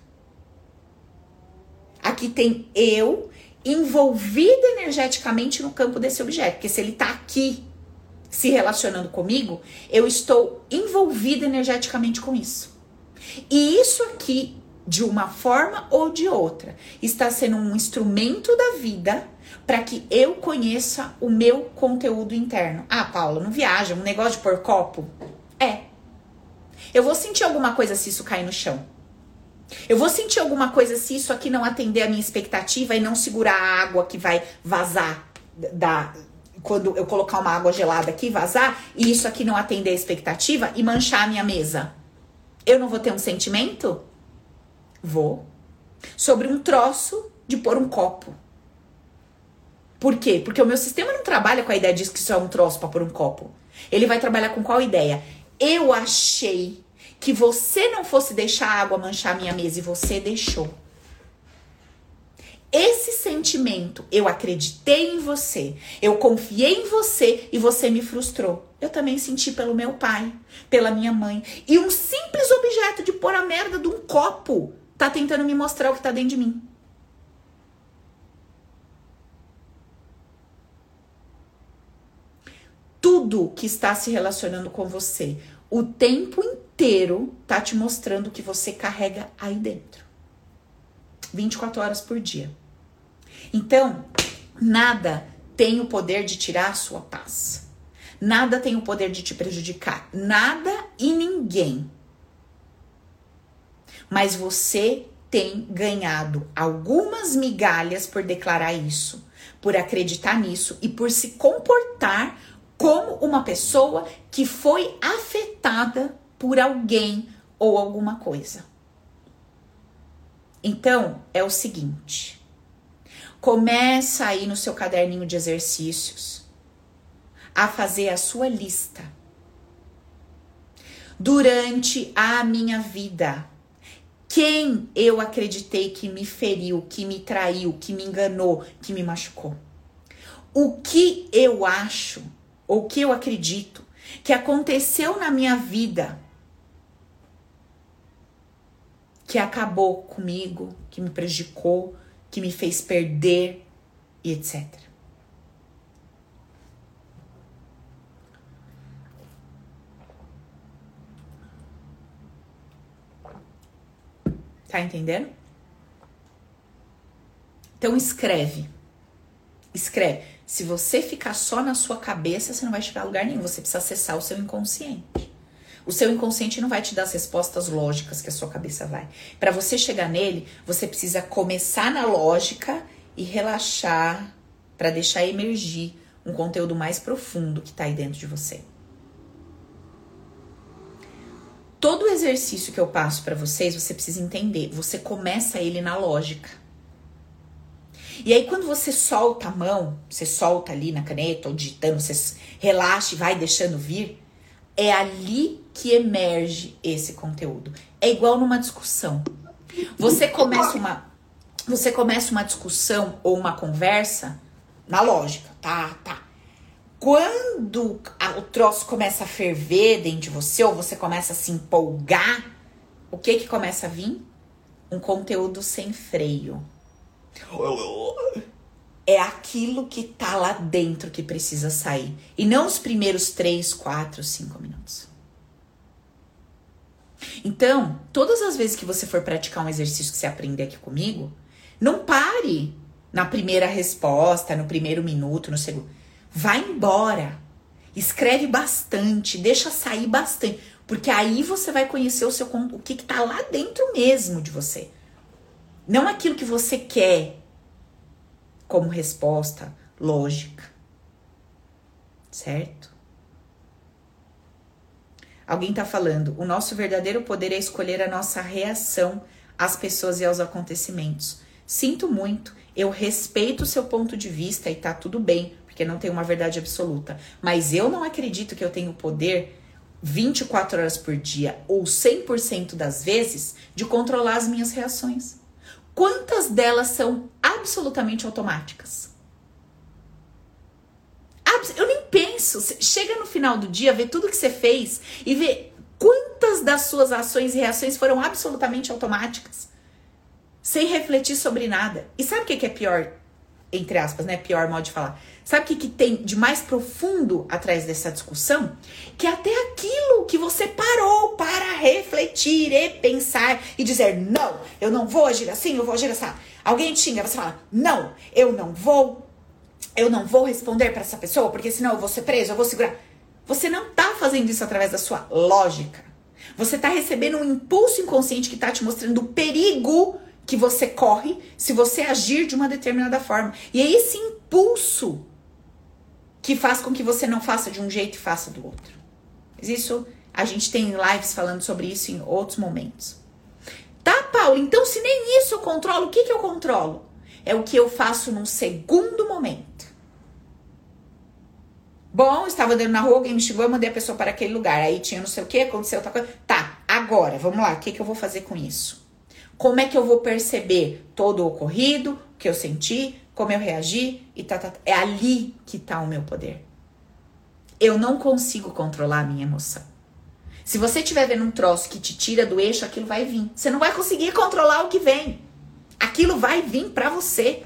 Aqui tem eu envolvida energeticamente no campo desse objeto. Porque se ele tá aqui se relacionando comigo, eu estou envolvida energeticamente com isso. E isso aqui, de uma forma ou de outra, está sendo um instrumento da vida para que eu conheça o meu conteúdo interno. Ah, Paula, não viaja, um negócio de pôr copo? É. Eu vou sentir alguma coisa se isso cair no chão. Eu vou sentir alguma coisa se isso aqui não atender a minha expectativa e não segurar a água que vai vazar da... Quando eu colocar uma água gelada aqui, vazar, e isso aqui não atender a expectativa e manchar a minha mesa. Eu não vou ter um sentimento? Vou. Sobre um troço de pôr um copo. Por quê? Porque o meu sistema não trabalha com a ideia de que isso é um troço para pôr um copo. Ele vai trabalhar com qual ideia? Eu achei que você não fosse deixar a água manchar a minha mesa e você deixou. Esse sentimento, eu acreditei em você, eu confiei em você e você me frustrou. Eu também senti pelo meu pai, pela minha mãe. E um simples objeto de pôr a merda de um copo tá tentando me mostrar o que tá dentro de mim. Tudo que está se relacionando com você, o tempo inteiro tá te mostrando o que você carrega aí dentro. vinte e quatro horas por dia. Então, nada tem o poder de tirar a sua paz. Nada tem o poder de te prejudicar. Nada e ninguém. Mas você tem ganhado algumas migalhas por declarar isso, por acreditar nisso e por se comportar como uma pessoa que foi afetada por alguém ou alguma coisa. Então, é o seguinte. Começa aí no seu caderninho de exercícios a fazer a sua lista. Durante a minha vida, quem eu acreditei que me feriu, que me traiu, que me enganou, que me machucou? O que eu acho, ou o que eu acredito que aconteceu na minha vida que acabou comigo, que me prejudicou, que me fez perder e etcétera. Tá entendendo? Então escreve. Escreve. Se você ficar só na sua cabeça, você não vai chegar a lugar nenhum. Você precisa acessar o seu inconsciente. O seu inconsciente não vai te dar as respostas lógicas que a sua cabeça vai. Para você chegar nele, você precisa começar na lógica e relaxar para deixar emergir um conteúdo mais profundo que tá aí dentro de você. Todo exercício que eu passo para vocês, você precisa entender. Você começa ele na lógica. E aí, quando você solta a mão, você solta ali na caneta ou digitando, você relaxa e vai deixando vir, é ali que emerge esse conteúdo. É igual numa discussão. Você começa uma, você começa uma discussão ou uma conversa na lógica, tá, tá. Quando a, o troço começa a ferver dentro de você, ou você começa a se empolgar, o que que começa a vir? Um conteúdo sem freio. É aquilo que tá lá dentro que precisa sair. E não os primeiros três, quatro, cinco minutos. Então, todas as vezes que você for praticar um exercício que você aprender aqui comigo, não pare na primeira resposta, no primeiro minuto, no segundo. Vai embora. Escreve bastante, deixa sair bastante. Porque aí você vai conhecer o, seu, o que que tá lá dentro mesmo de você. Não aquilo que você quer como resposta lógica. certo? Alguém tá falando, o nosso verdadeiro poder é escolher a nossa reação às pessoas e aos acontecimentos. Sinto muito, eu respeito o seu ponto de vista e tá tudo bem, porque não tem uma verdade absoluta. Mas eu não acredito que eu tenho poder vinte e quatro horas por dia ou cem por cento das vezes de controlar as minhas reações. Quantas delas são absolutamente automáticas? Eu nem penso. Chega no final do dia, vê tudo que você fez e vê quantas das suas ações e reações foram absolutamente automáticas, sem refletir sobre nada. E sabe o que é pior, entre aspas, né? Pior modo de falar. Sabe o que, que tem de mais profundo atrás dessa discussão? Que até aquilo que você parou para refletir e pensar e dizer, não, eu não vou agir assim, eu vou agir assim. Alguém te xinga, você fala, não, eu não vou, eu não vou responder para essa pessoa, porque senão eu vou ser preso, eu vou segurar. Você não tá fazendo isso através da sua lógica. Você tá recebendo um impulso inconsciente que tá te mostrando o perigo que você corre se você agir de uma determinada forma. E é esse impulso que faz com que você não faça de um jeito e faça do outro. Mas isso, a gente tem lives falando sobre isso em outros momentos. Tá, Paulo? Então se nem isso eu controlo, o que que eu controlo? É o que eu faço num segundo momento. Bom, estava andando na rua, alguém me xingou, eu mandei a pessoa para aquele lugar. Aí tinha não sei o que, aconteceu outra coisa. Tá, agora, vamos lá, o que que eu vou fazer com isso? Como é que eu vou perceber todo o ocorrido, o que eu senti, como eu reagi e tá, tá, tá. É ali que tá o meu poder. Eu não consigo controlar a minha emoção. Se você estiver vendo um troço que te tira do eixo, aquilo vai vir. Você não vai conseguir controlar o que vem. Aquilo vai vir pra você.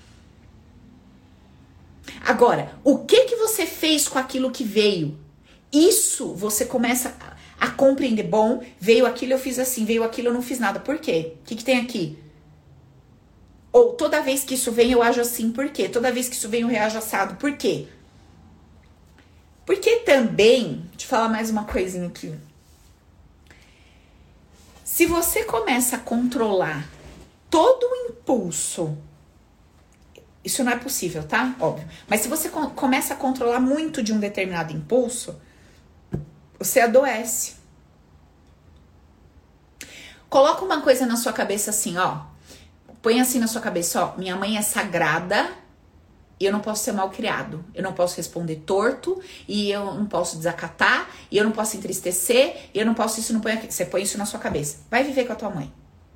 Agora, o que que você fez com aquilo que veio? Isso você começa a, a compreender. Bom, veio aquilo, eu fiz assim, veio aquilo, eu não fiz nada. Por quê? O que que tem aqui? Ou toda vez que isso vem, eu ajo assim. Por quê? Toda vez que isso vem, eu reajo assado. Por quê? Porque também, deixa eu falar mais uma coisinha aqui. Se você começa a controlar todo o impulso, isso não é possível, tá? Óbvio. Mas se você co- começa a controlar muito de um determinado impulso, você adoece. Coloca uma coisa na sua cabeça assim, ó. Põe assim na sua cabeça, ó. Minha mãe é sagrada e eu não posso ser mal criado. Eu não posso responder torto e eu não posso desacatar e eu não posso entristecer e eu não posso isso, não põe aqui. Você põe isso na sua cabeça. Vai viver com a tua mãe.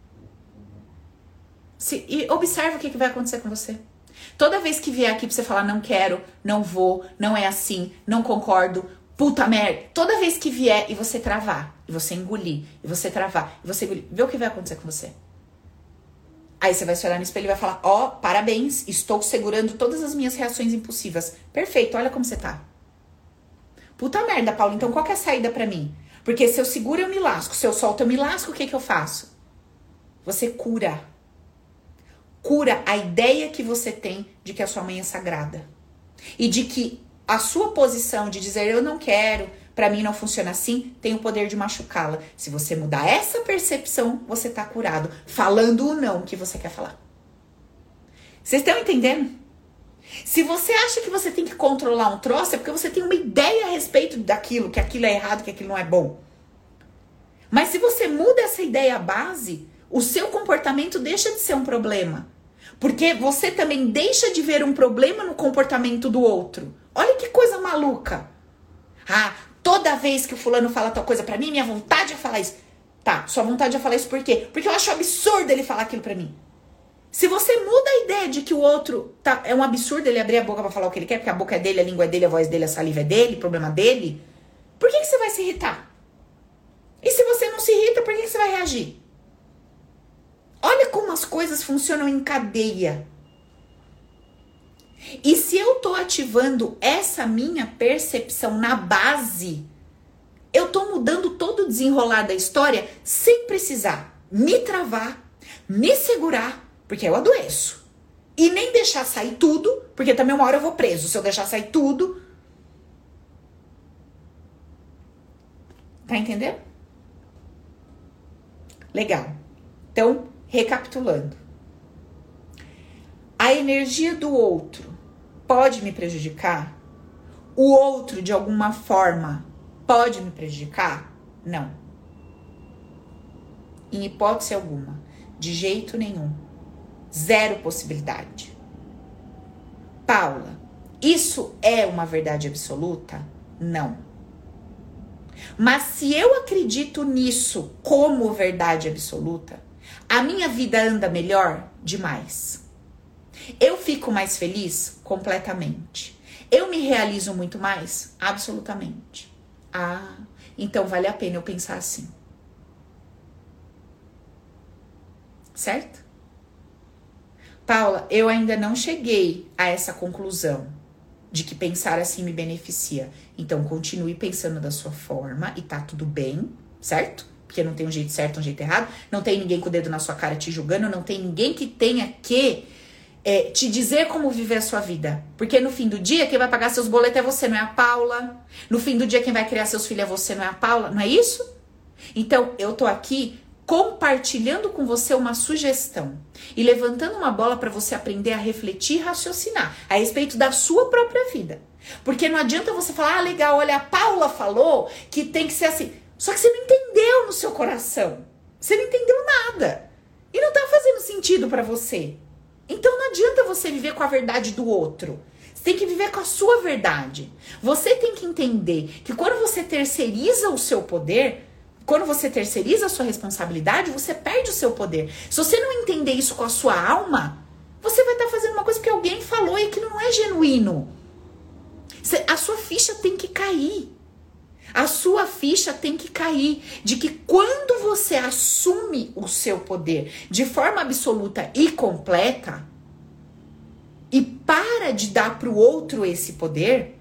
Se, e observa o que, que vai acontecer com você. Toda vez que vier aqui pra você falar não quero, não vou, não é assim, não concordo, puta merda. Toda vez que vier e você travar, e você engolir, e você travar, e você engolir, vê o que vai acontecer com você. Aí você vai se olhar no espelho e vai falar, ó, oh, parabéns, estou segurando todas as minhas reações impulsivas. Perfeito, olha como você tá. Puta merda, Paulo, então qual que é a saída pra mim? Porque se eu seguro, eu me lasco. Se eu solto, eu me lasco, o que que eu faço? Você cura. Cura a ideia que você tem de que a sua mãe é sagrada. E de que a sua posição de dizer eu não quero, pra mim não funciona assim, tem o poder de machucá-la. Se você mudar essa percepção, você tá curado. Falando o não que você quer falar. Vocês estão entendendo? Se você acha que você tem que controlar um troço, é porque você tem uma ideia a respeito daquilo, que aquilo é errado, que aquilo não é bom. Mas se você muda essa ideia base, o seu comportamento deixa de ser um problema. Porque você também deixa de ver um problema no comportamento do outro. Olha que coisa maluca. Ah, toda vez que o fulano fala tal coisa pra mim, minha vontade é falar isso. Tá, sua vontade é falar isso por quê? Porque eu acho absurdo ele falar aquilo pra mim. Se você muda a ideia de que o outro tá, é um absurdo ele abrir a boca pra falar o que ele quer, porque a boca é dele, a língua é dele, a voz dele, a saliva é dele, problema dele, por que que você vai se irritar? E se você não se irrita, por que que você vai reagir? Olha como as coisas funcionam em cadeia. E se eu tô ativando essa minha percepção na base, eu tô mudando todo o desenrolar da história sem precisar me travar, me segurar, porque eu adoeço. E nem deixar sair tudo, porque também uma hora eu vou preso. Se eu deixar sair tudo... Tá entendendo? Legal. Então... recapitulando, a energia do outro pode me prejudicar? o outro de alguma forma pode me prejudicar? Não. Em hipótese alguma. De jeito nenhum. Zero possibilidade. Paula, isso é uma verdade absoluta? Não. Mas se eu acredito nisso como verdade absoluta, a minha vida anda melhor? Demais. Eu fico mais feliz? Completamente. Eu me realizo muito mais? Absolutamente. Ah, então vale a pena eu pensar assim. Certo? Paula, eu ainda não cheguei a essa conclusão de que pensar assim me beneficia. Então, continue pensando da sua forma e tá tudo bem, certo? Porque não tem um jeito certo, um jeito errado. Não tem ninguém com o dedo na sua cara te julgando. Não tem ninguém que tenha que é, te dizer como viver a sua vida. Porque no fim do dia, quem vai pagar seus boletos é você, não é a Paula. No fim do dia, quem vai criar seus filhos é você, não é a Paula. Não é isso? Então, eu tô aqui compartilhando com você uma sugestão e levantando uma bola para você aprender a refletir e raciocinar a respeito da sua própria vida. Porque não adianta você falar, ah, legal, olha, a Paula falou que tem que ser assim. Só que você não entendeu no seu coração. Você não entendeu nada. E não tá fazendo sentido para você. Então não adianta você viver com a verdade do outro. Você tem que viver com a sua verdade. Você tem que entender que quando você terceiriza o seu poder, quando você terceiriza a sua responsabilidade, você perde o seu poder. Se você não entender isso com a sua alma, você vai estar fazendo uma coisa que alguém falou e que não é genuíno. A sua ficha tem que cair. A sua ficha tem que cair de que quando você assume o seu poder de forma absoluta e completa e para de dar para o outro esse poder,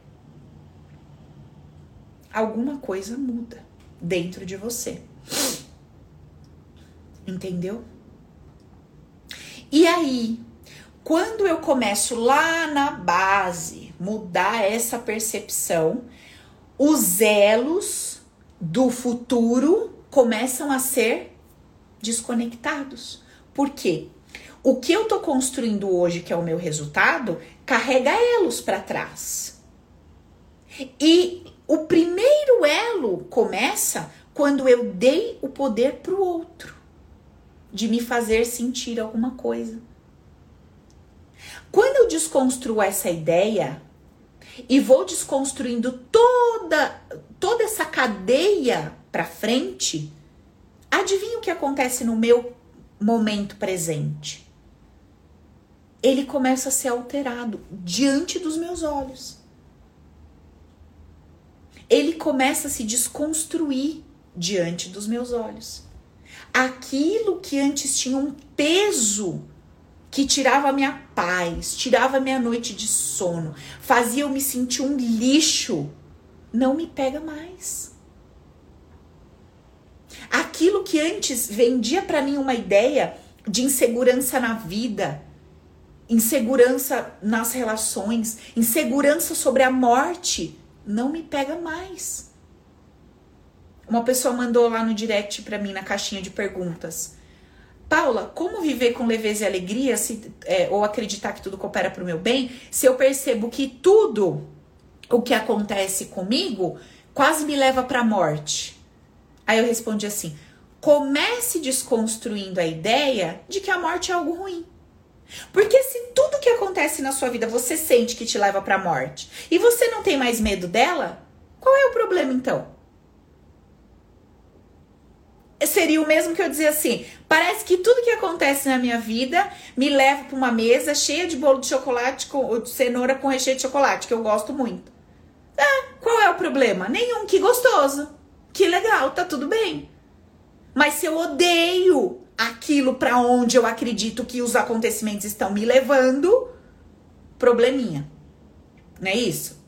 alguma coisa muda dentro de você. Entendeu? E aí, quando eu começo lá na base, mudar essa percepção, os elos do futuro começam a ser desconectados. Por quê? O que eu tô construindo hoje, que é o meu resultado, carrega elos para trás. E o primeiro elo começa quando eu dei o poder pro outro de me fazer sentir alguma coisa. Quando eu desconstruo essa ideia e vou desconstruindo toda, toda essa cadeia para frente, adivinha o que acontece no meu momento presente? Ele começa a ser alterado diante dos meus olhos. Ele começa a se desconstruir diante dos meus olhos. Aquilo que antes tinha um peso que tirava a minha paz, tirava a minha noite de sono, fazia eu me sentir um lixo, não me pega mais. Aquilo que antes vendia para mim uma ideia de insegurança na vida, insegurança nas relações, insegurança sobre a morte, não me pega mais. Uma pessoa mandou lá no direct pra mim, na caixinha de perguntas: Paula, como viver com leveza e alegria, se, é, ou acreditar que tudo coopera pro meu bem, se eu percebo que tudo o que acontece comigo quase me leva pra morte? Aí eu respondi assim: comece desconstruindo a ideia de que a morte é algo ruim. Porque se tudo que acontece na sua vida você sente que te leva pra morte e você não tem mais medo dela, qual é o problema então? Seria o mesmo que eu dizer assim: parece que tudo que acontece na minha vida me leva pra uma mesa cheia de bolo de chocolate, com, de cenoura com recheio de chocolate, que eu gosto muito. Ah, qual é o problema? Nenhum, que gostoso, que legal, tá tudo bem. Mas se eu odeio aquilo para onde eu acredito que os acontecimentos estão me levando, probleminha. Não é isso?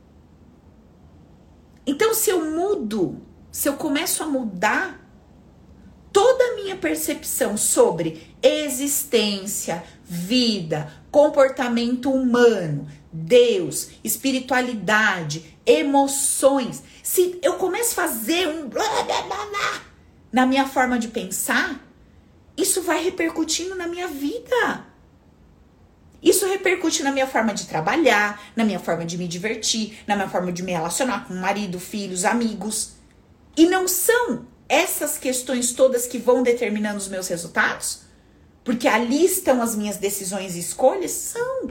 Então, se eu mudo, se eu começo a mudar toda a minha percepção sobre existência, vida, comportamento humano, Deus, espiritualidade, emoções, se eu começo a fazer um blá blá blá blá na minha forma de pensar, isso vai repercutindo na minha vida. Isso repercute na minha forma de trabalhar, na minha forma de me divertir, na minha forma de me relacionar com o marido, filhos, amigos. E não são essas questões todas que vão determinando os meus resultados? Porque ali estão as minhas decisões e escolhas? São.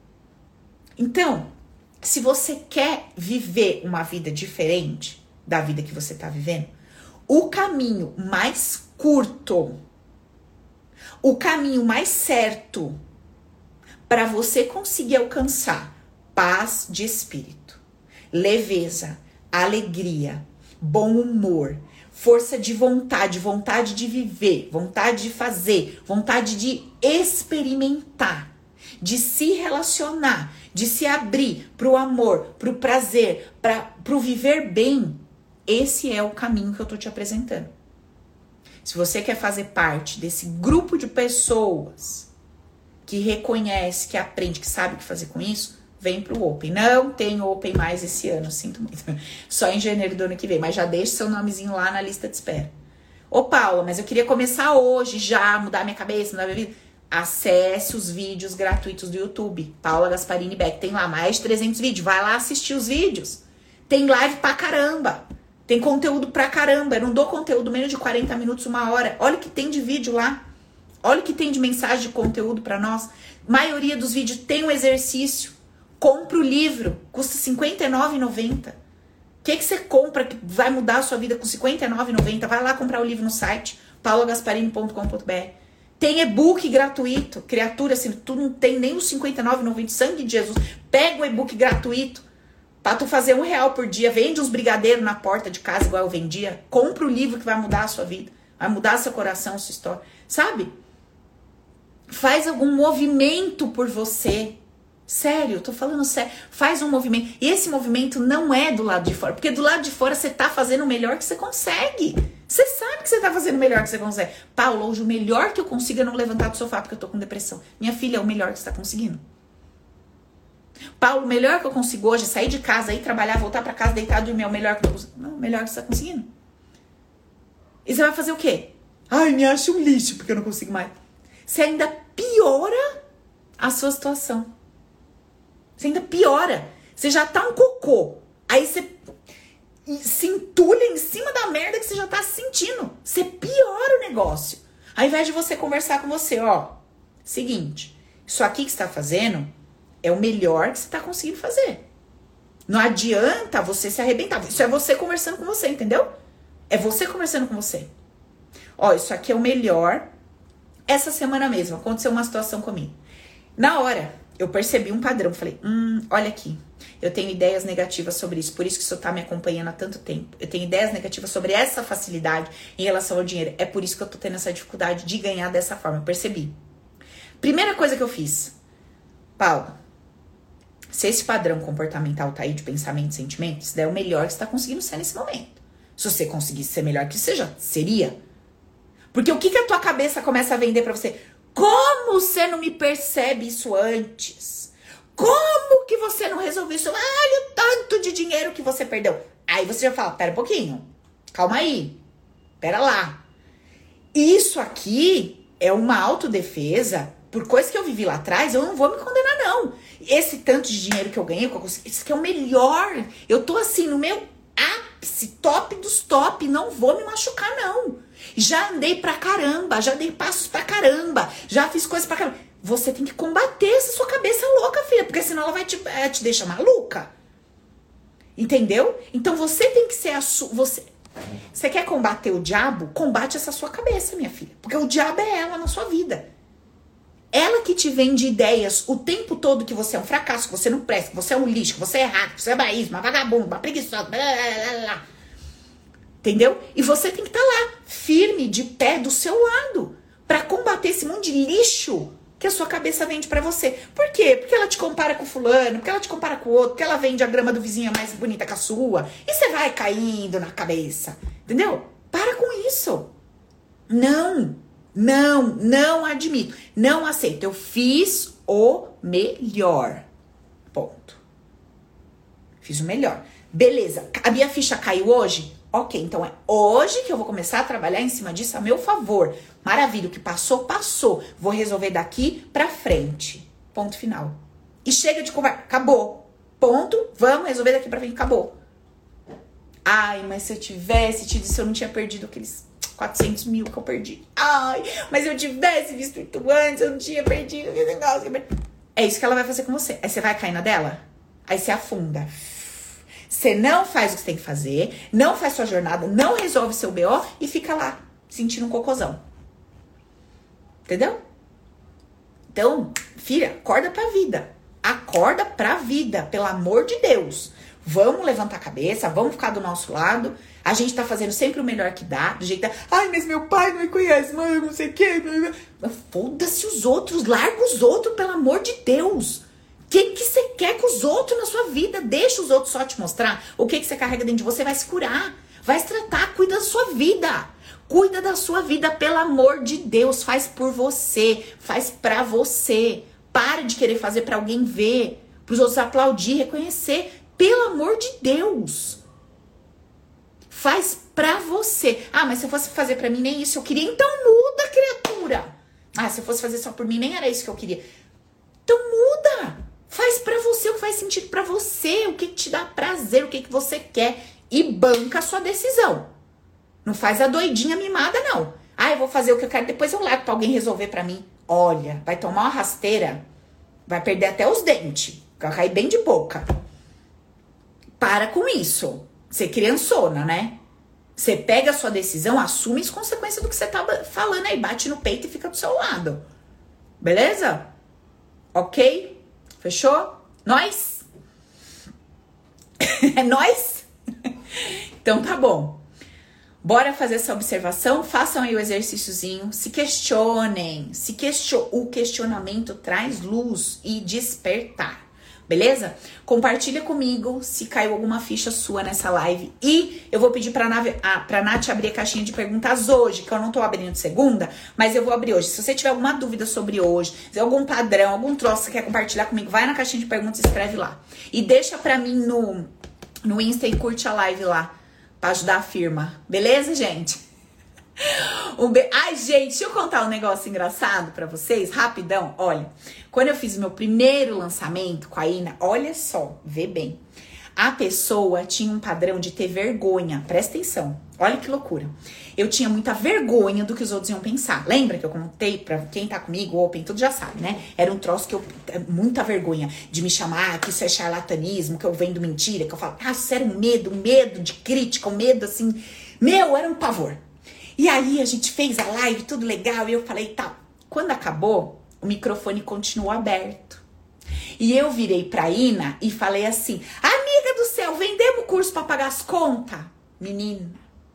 Então, se você quer viver uma vida diferente da vida que você está vivendo, o caminho mais curto, o caminho mais certo para você conseguir alcançar paz de espírito, leveza, alegria, bom humor, força de vontade, vontade de viver, vontade de fazer, vontade de experimentar, de se relacionar, de se abrir para o amor, para o prazer, para o viver bem, esse é o caminho que eu tô te apresentando. Se você quer fazer parte desse grupo de pessoas que reconhece, que aprende, que sabe o que fazer com isso, vem pro Open. Não tem Open mais esse ano, sinto muito. Só em janeiro do ano que vem, mas já deixa seu nomezinho lá na lista de espera. Ô Paula, mas eu queria começar hoje já, mudar minha cabeça, mudar minha vida. Acesse os vídeos gratuitos do YouTube. Paula Gasparini Beck. Tem lá mais de trezentos vídeos. Vai lá assistir os vídeos. Tem live pra caramba. Tem conteúdo pra caramba. Eu não dou conteúdo menos de quarenta minutos, uma hora. Olha o que tem de vídeo lá. Olha o que tem de mensagem de conteúdo pra nós. Maioria dos vídeos tem um exercício. Compra o livro. Custa cinquenta e nove reais e noventa centavos. O que, que você compra que vai mudar a sua vida com cinquenta e nove reais e noventa centavos? Vai lá comprar o livro no site paula gasparini ponto com ponto b r. Tem e-book gratuito. Criatura, assim, tu não tem nem os cinquenta e nove reais e noventa centavos. Sangue de Jesus. Pega o e-book gratuito pra tu fazer um real por dia. Vende uns brigadeiros na porta de casa igual eu vendia. Compra o livro que vai mudar a sua vida. Vai mudar seu coração, sua história. Sabe? Faz algum movimento por você. Sério, eu tô falando sério. Faz um movimento. E esse movimento não é do lado de fora. Porque do lado de fora você tá fazendo o melhor que você consegue. Você sabe que você tá fazendo o melhor que você consegue. Paulo, hoje o melhor que eu consigo é não levantar do sofá porque eu tô com depressão. Minha filha, é o melhor que você tá conseguindo. Paulo, o melhor que eu consigo hoje é sair de casa, ir trabalhar, voltar pra casa, deitar, dormir. É o melhor que eu tô conseguindo. Não, é o melhor que você tá conseguindo. E você vai fazer o quê? Ai, me acha um lixo porque eu não consigo mais. Você ainda piora a sua situação. Você ainda piora. Você já tá um cocô. Aí você se entulha em cima da merda que você já tá sentindo. Você piora o negócio. Ao invés de você conversar com você, ó. Seguinte, isso aqui que você tá fazendo é o melhor que você tá conseguindo fazer. Não adianta você se arrebentar. Isso é você conversando com você, entendeu? É você conversando com você. Ó, isso aqui é o melhor. Essa semana mesmo aconteceu uma situação comigo. Na hora, eu percebi um padrão. Falei, hum, olha aqui. Eu tenho ideias negativas sobre isso. Por isso que o senhor tá me acompanhando há tanto tempo. Eu tenho ideias negativas sobre essa facilidade em relação ao dinheiro. É por isso que eu tô tendo essa dificuldade de ganhar dessa forma. Eu percebi. Primeira coisa que eu fiz. Paulo, se esse padrão comportamental tá aí de pensamento e sentimento, isso daí é o melhor que você tá conseguindo ser nesse momento. Se você conseguisse ser melhor que isso, você já seria. Porque o que, que a tua cabeça começa a vender pra você? Como você não me percebe isso antes? Como que você não resolveu isso? Olha o tanto de dinheiro que você perdeu. Aí você já fala, pera um pouquinho. Calma aí. Pera lá. Isso aqui é uma autodefesa. Por coisa que eu vivi lá atrás, eu não vou me condenar, não. Esse tanto de dinheiro que eu ganhei, que eu consegui, isso aqui é o melhor. Eu tô assim, no meu ápice, top dos top. Não vou me machucar, não. Já andei pra caramba, já dei passos pra caramba, já fiz coisas pra caramba. Você tem que combater essa sua cabeça louca, filha, porque senão ela vai te, é, te deixar maluca. Entendeu? Então você tem que ser a sua... Você, você quer combater o diabo? Combate essa sua cabeça, minha filha. Porque o diabo é ela na sua vida. Ela que te vende ideias o tempo todo que você é um fracasso, que você não presta, que você é um lixo, que você é errado, que você é baísmo, uma vagabunda, uma preguiçosa, blá, blá, blá. Entendeu? E você tem que estar lá, firme, de pé do seu lado, pra combater esse monte de lixo que a sua cabeça vende pra você. Por quê? Porque ela te compara com fulano, porque ela te compara com o outro, porque ela vende a grama do vizinho mais bonita que a sua. E você vai caindo na cabeça. Entendeu? Para com isso. Não, não, não admito. Não aceito. Eu fiz o melhor. Ponto. Fiz o melhor. Beleza. A minha ficha caiu hoje? Ok, então é hoje que eu vou começar a trabalhar em cima disso a meu favor. Maravilha, o que passou, passou. Vou resolver daqui pra frente. Ponto final. E chega de conversa. Acabou. Ponto. Vamos resolver daqui pra frente. Acabou. Ai, mas se eu tivesse tido isso, eu não tinha perdido aqueles quatrocentos mil que eu perdi. Ai, mas se eu tivesse visto isso antes, eu não tinha perdido aquele negócio. É isso que ela vai fazer com você. Aí você vai cair na dela, aí você afunda. Você não faz o que você tem que fazer, não faz sua jornada, não resolve seu B O e fica lá, sentindo um cocôzão. Entendeu? Então, filha, acorda pra vida. Acorda pra vida, pelo amor de Deus. Vamos levantar a cabeça, vamos ficar do nosso lado. A gente tá fazendo sempre o melhor que dá, do jeito da... Ai, mas meu pai não me conhece, mãe, eu não sei o quê. Foda-se os outros, larga os outros, pelo amor de Deus. O que que você quer com os outros na sua vida? Deixa os outros só te mostrar o que que você carrega dentro de você. Vai se curar, vai se tratar, cuida da sua vida. Cuida da sua vida, pelo amor de Deus. Faz por você, faz pra você. Para de querer fazer pra alguém ver, pros outros aplaudir, reconhecer. Pelo amor de Deus. Faz pra você. Ah, mas se eu fosse fazer pra mim, nem isso eu queria. Então muda, criatura. Ah, se eu fosse fazer só por mim, nem era isso que eu queria. Então muda. Faz pra você o que faz sentido pra você. O que, que te dá prazer, o que, que você quer. E banca a sua decisão. Não faz a doidinha mimada, não. Ah, eu vou fazer o que eu quero, depois eu largo pra alguém resolver pra mim. Olha, vai tomar uma rasteira. Vai perder até os dentes. Vai cair bem de boca. Para com isso. Você criançona, né? Você pega a sua decisão, assume as consequências do que você tá falando aí. Bate no peito e fica do seu lado. Beleza? Ok? Fechou? Nós? É nós? Então tá bom. Bora fazer essa observação? Façam aí o exercíciozinho. Se questionem. Se question... O questionamento traz luz e despertar. Beleza? Compartilha comigo se caiu alguma ficha sua nessa live. E eu vou pedir pra, Nave, ah, pra Nath abrir a caixinha de perguntas hoje, que eu não tô abrindo de segunda, mas eu vou abrir hoje. Se você tiver alguma dúvida sobre hoje, se algum padrão, algum troço que você quer compartilhar comigo, vai na caixinha de perguntas e escreve lá. E deixa pra mim no, no Insta e curte a live lá, pra ajudar a firma. Beleza, gente? Um be... Ai, gente, deixa eu contar um negócio engraçado pra vocês, rapidão. Olha, quando eu fiz o meu primeiro lançamento com a Ina, olha só, vê bem. A pessoa tinha um padrão de ter vergonha, presta atenção, olha que loucura. Eu tinha muita vergonha do que os outros iam pensar. Lembra que eu contei pra quem tá comigo, o Open, tudo já sabe, né? Era um troço que eu... Muita vergonha de me chamar, que isso é charlatanismo, que eu vendo mentira, que eu falo... Ah, isso era um medo, um medo de crítica, um medo assim... Meu, era um pavor. E aí a gente fez a live, tudo legal, e eu falei, tá. Quando acabou, o microfone continuou aberto. E eu virei pra Ina e falei assim, amiga do céu, vendemos o curso pra pagar as contas? Menina,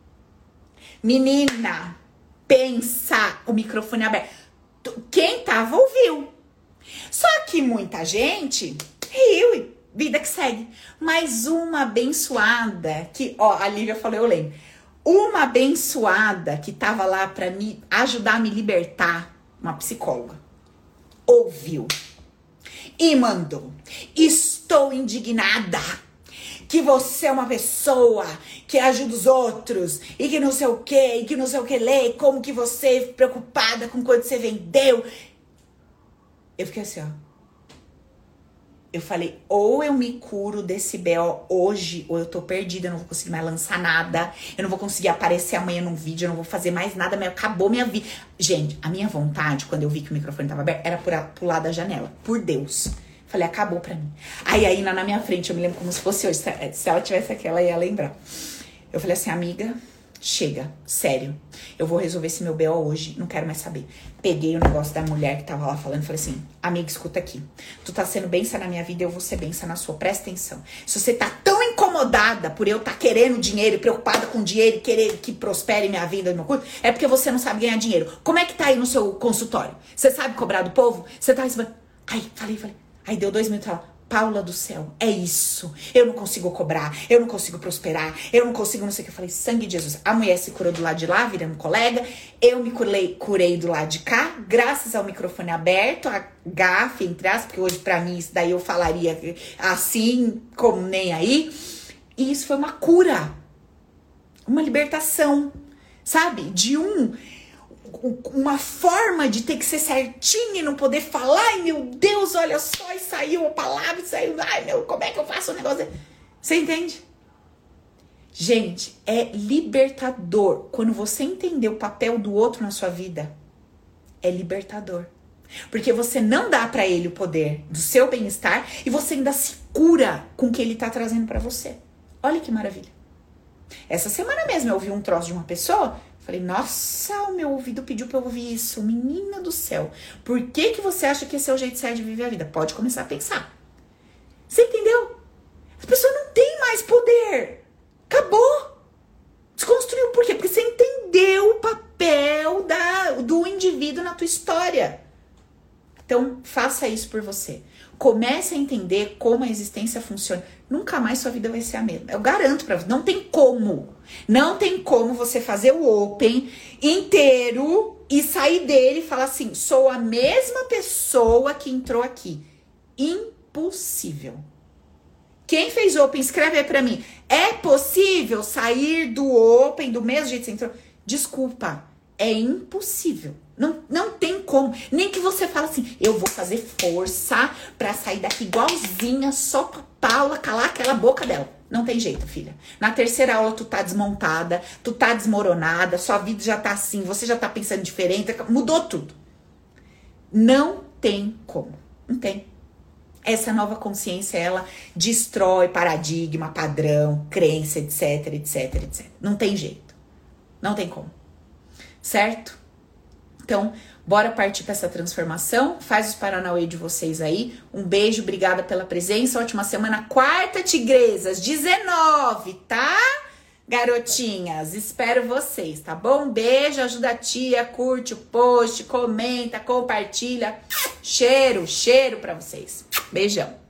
menina, pensa, o microfone aberto. Quem tava ouviu. Só que muita gente riu e vida que segue. Mas uma abençoada, que, ó, a Lívia falou, eu lembro. Uma abençoada que tava lá pra me ajudar a me libertar, uma psicóloga, ouviu e mandou. Estou indignada que você é uma pessoa que ajuda os outros e que não sei o que, e que não sei o que lê, como que você preocupada com quanto você vendeu. Eu fiquei assim, ó. Eu falei, ou eu me curo desse B O hoje, ou eu tô perdida, eu não vou conseguir mais lançar nada, eu não vou conseguir aparecer amanhã num vídeo, eu não vou fazer mais nada, mas acabou minha vida. Gente, a minha vontade, quando eu vi que o microfone tava aberto, era pular da janela, por Deus. Falei, acabou pra mim. Aí a Ina na minha frente, eu me lembro como se fosse hoje, se ela tivesse aqui, ela ia lembrar. Eu falei assim, amiga, chega, sério, eu vou resolver esse meu B O hoje, não quero mais saber. Peguei o negócio da mulher que tava lá falando e falei assim, amiga, escuta aqui, tu tá sendo benção na minha vida, eu vou ser benção na sua, presta atenção. Se você tá tão incomodada por eu tá querendo dinheiro, preocupada com dinheiro, querer que prospere minha vida, meu curso, é porque você não sabe ganhar dinheiro. Como é que tá aí no seu consultório? Você sabe cobrar do povo? Você tá... Aí, falei, falei, aí deu dois minutos, ela... Paula do céu, é isso. Eu não consigo cobrar, eu não consigo prosperar, eu não consigo não sei o que. Eu falei, sangue de Jesus. A mulher se curou do lado de lá, virando colega. Eu me curei, curei do lado de cá, graças ao microfone aberto, a gafe, entre aspas, porque hoje pra mim isso daí eu falaria assim, como nem aí. E isso foi uma cura, uma libertação, sabe? De um... uma forma de ter que ser certinho e não poder falar. Ai, meu Deus, olha só, e saiu a palavra, e saiu. Ai, meu, como é que eu faço o negócio? Você entende? Gente, é libertador. Quando você entender o papel do outro na sua vida, é libertador. Porque você não dá pra ele o poder do seu bem-estar e você ainda se cura com o que ele tá trazendo pra você. Olha que maravilha. Essa semana mesmo eu ouvi um troço de uma pessoa, falei, nossa, o meu ouvido pediu pra eu ouvir isso. Menina do céu, por que que você acha que esse é o jeito certo de viver a vida? Pode começar a pensar. Você entendeu? As pessoas não têm mais poder. Acabou. Desconstruiu. Por quê? Porque você entendeu o papel da, do indivíduo na tua história. Então, faça isso por você. Comece a entender como a existência funciona. Nunca mais sua vida vai ser a mesma. Eu garanto pra você. Não tem como. Não tem como você fazer o Open inteiro e sair dele e falar assim, sou a mesma pessoa que entrou aqui. Impossível. Quem fez Open, escreve aí pra mim. É possível sair do Open do mesmo jeito que você entrou? Desculpa. É impossível. Não, não tem como. Nem que você fale assim, eu vou fazer força pra sair daqui igualzinha, só pra Paula calar aquela boca dela. Não tem jeito, filha. Na terceira aula tu tá desmontada, tu tá desmoronada, sua vida já tá assim, você já tá pensando diferente, mudou tudo. Não tem como. Não tem. Essa nova consciência, ela destrói paradigma, padrão, crença, etc, etc, etcétera. Não tem jeito. Não tem como. Certo? Então, bora partir para essa transformação. Faz os paranauê de vocês aí. Um beijo, obrigada pela presença. Ótima semana. Quarta, tigresas, dezenove, tá? Garotinhas, espero vocês, tá bom? Beijo, ajuda a tia, curte o post, comenta, compartilha. Cheiro, cheiro para vocês. Beijão.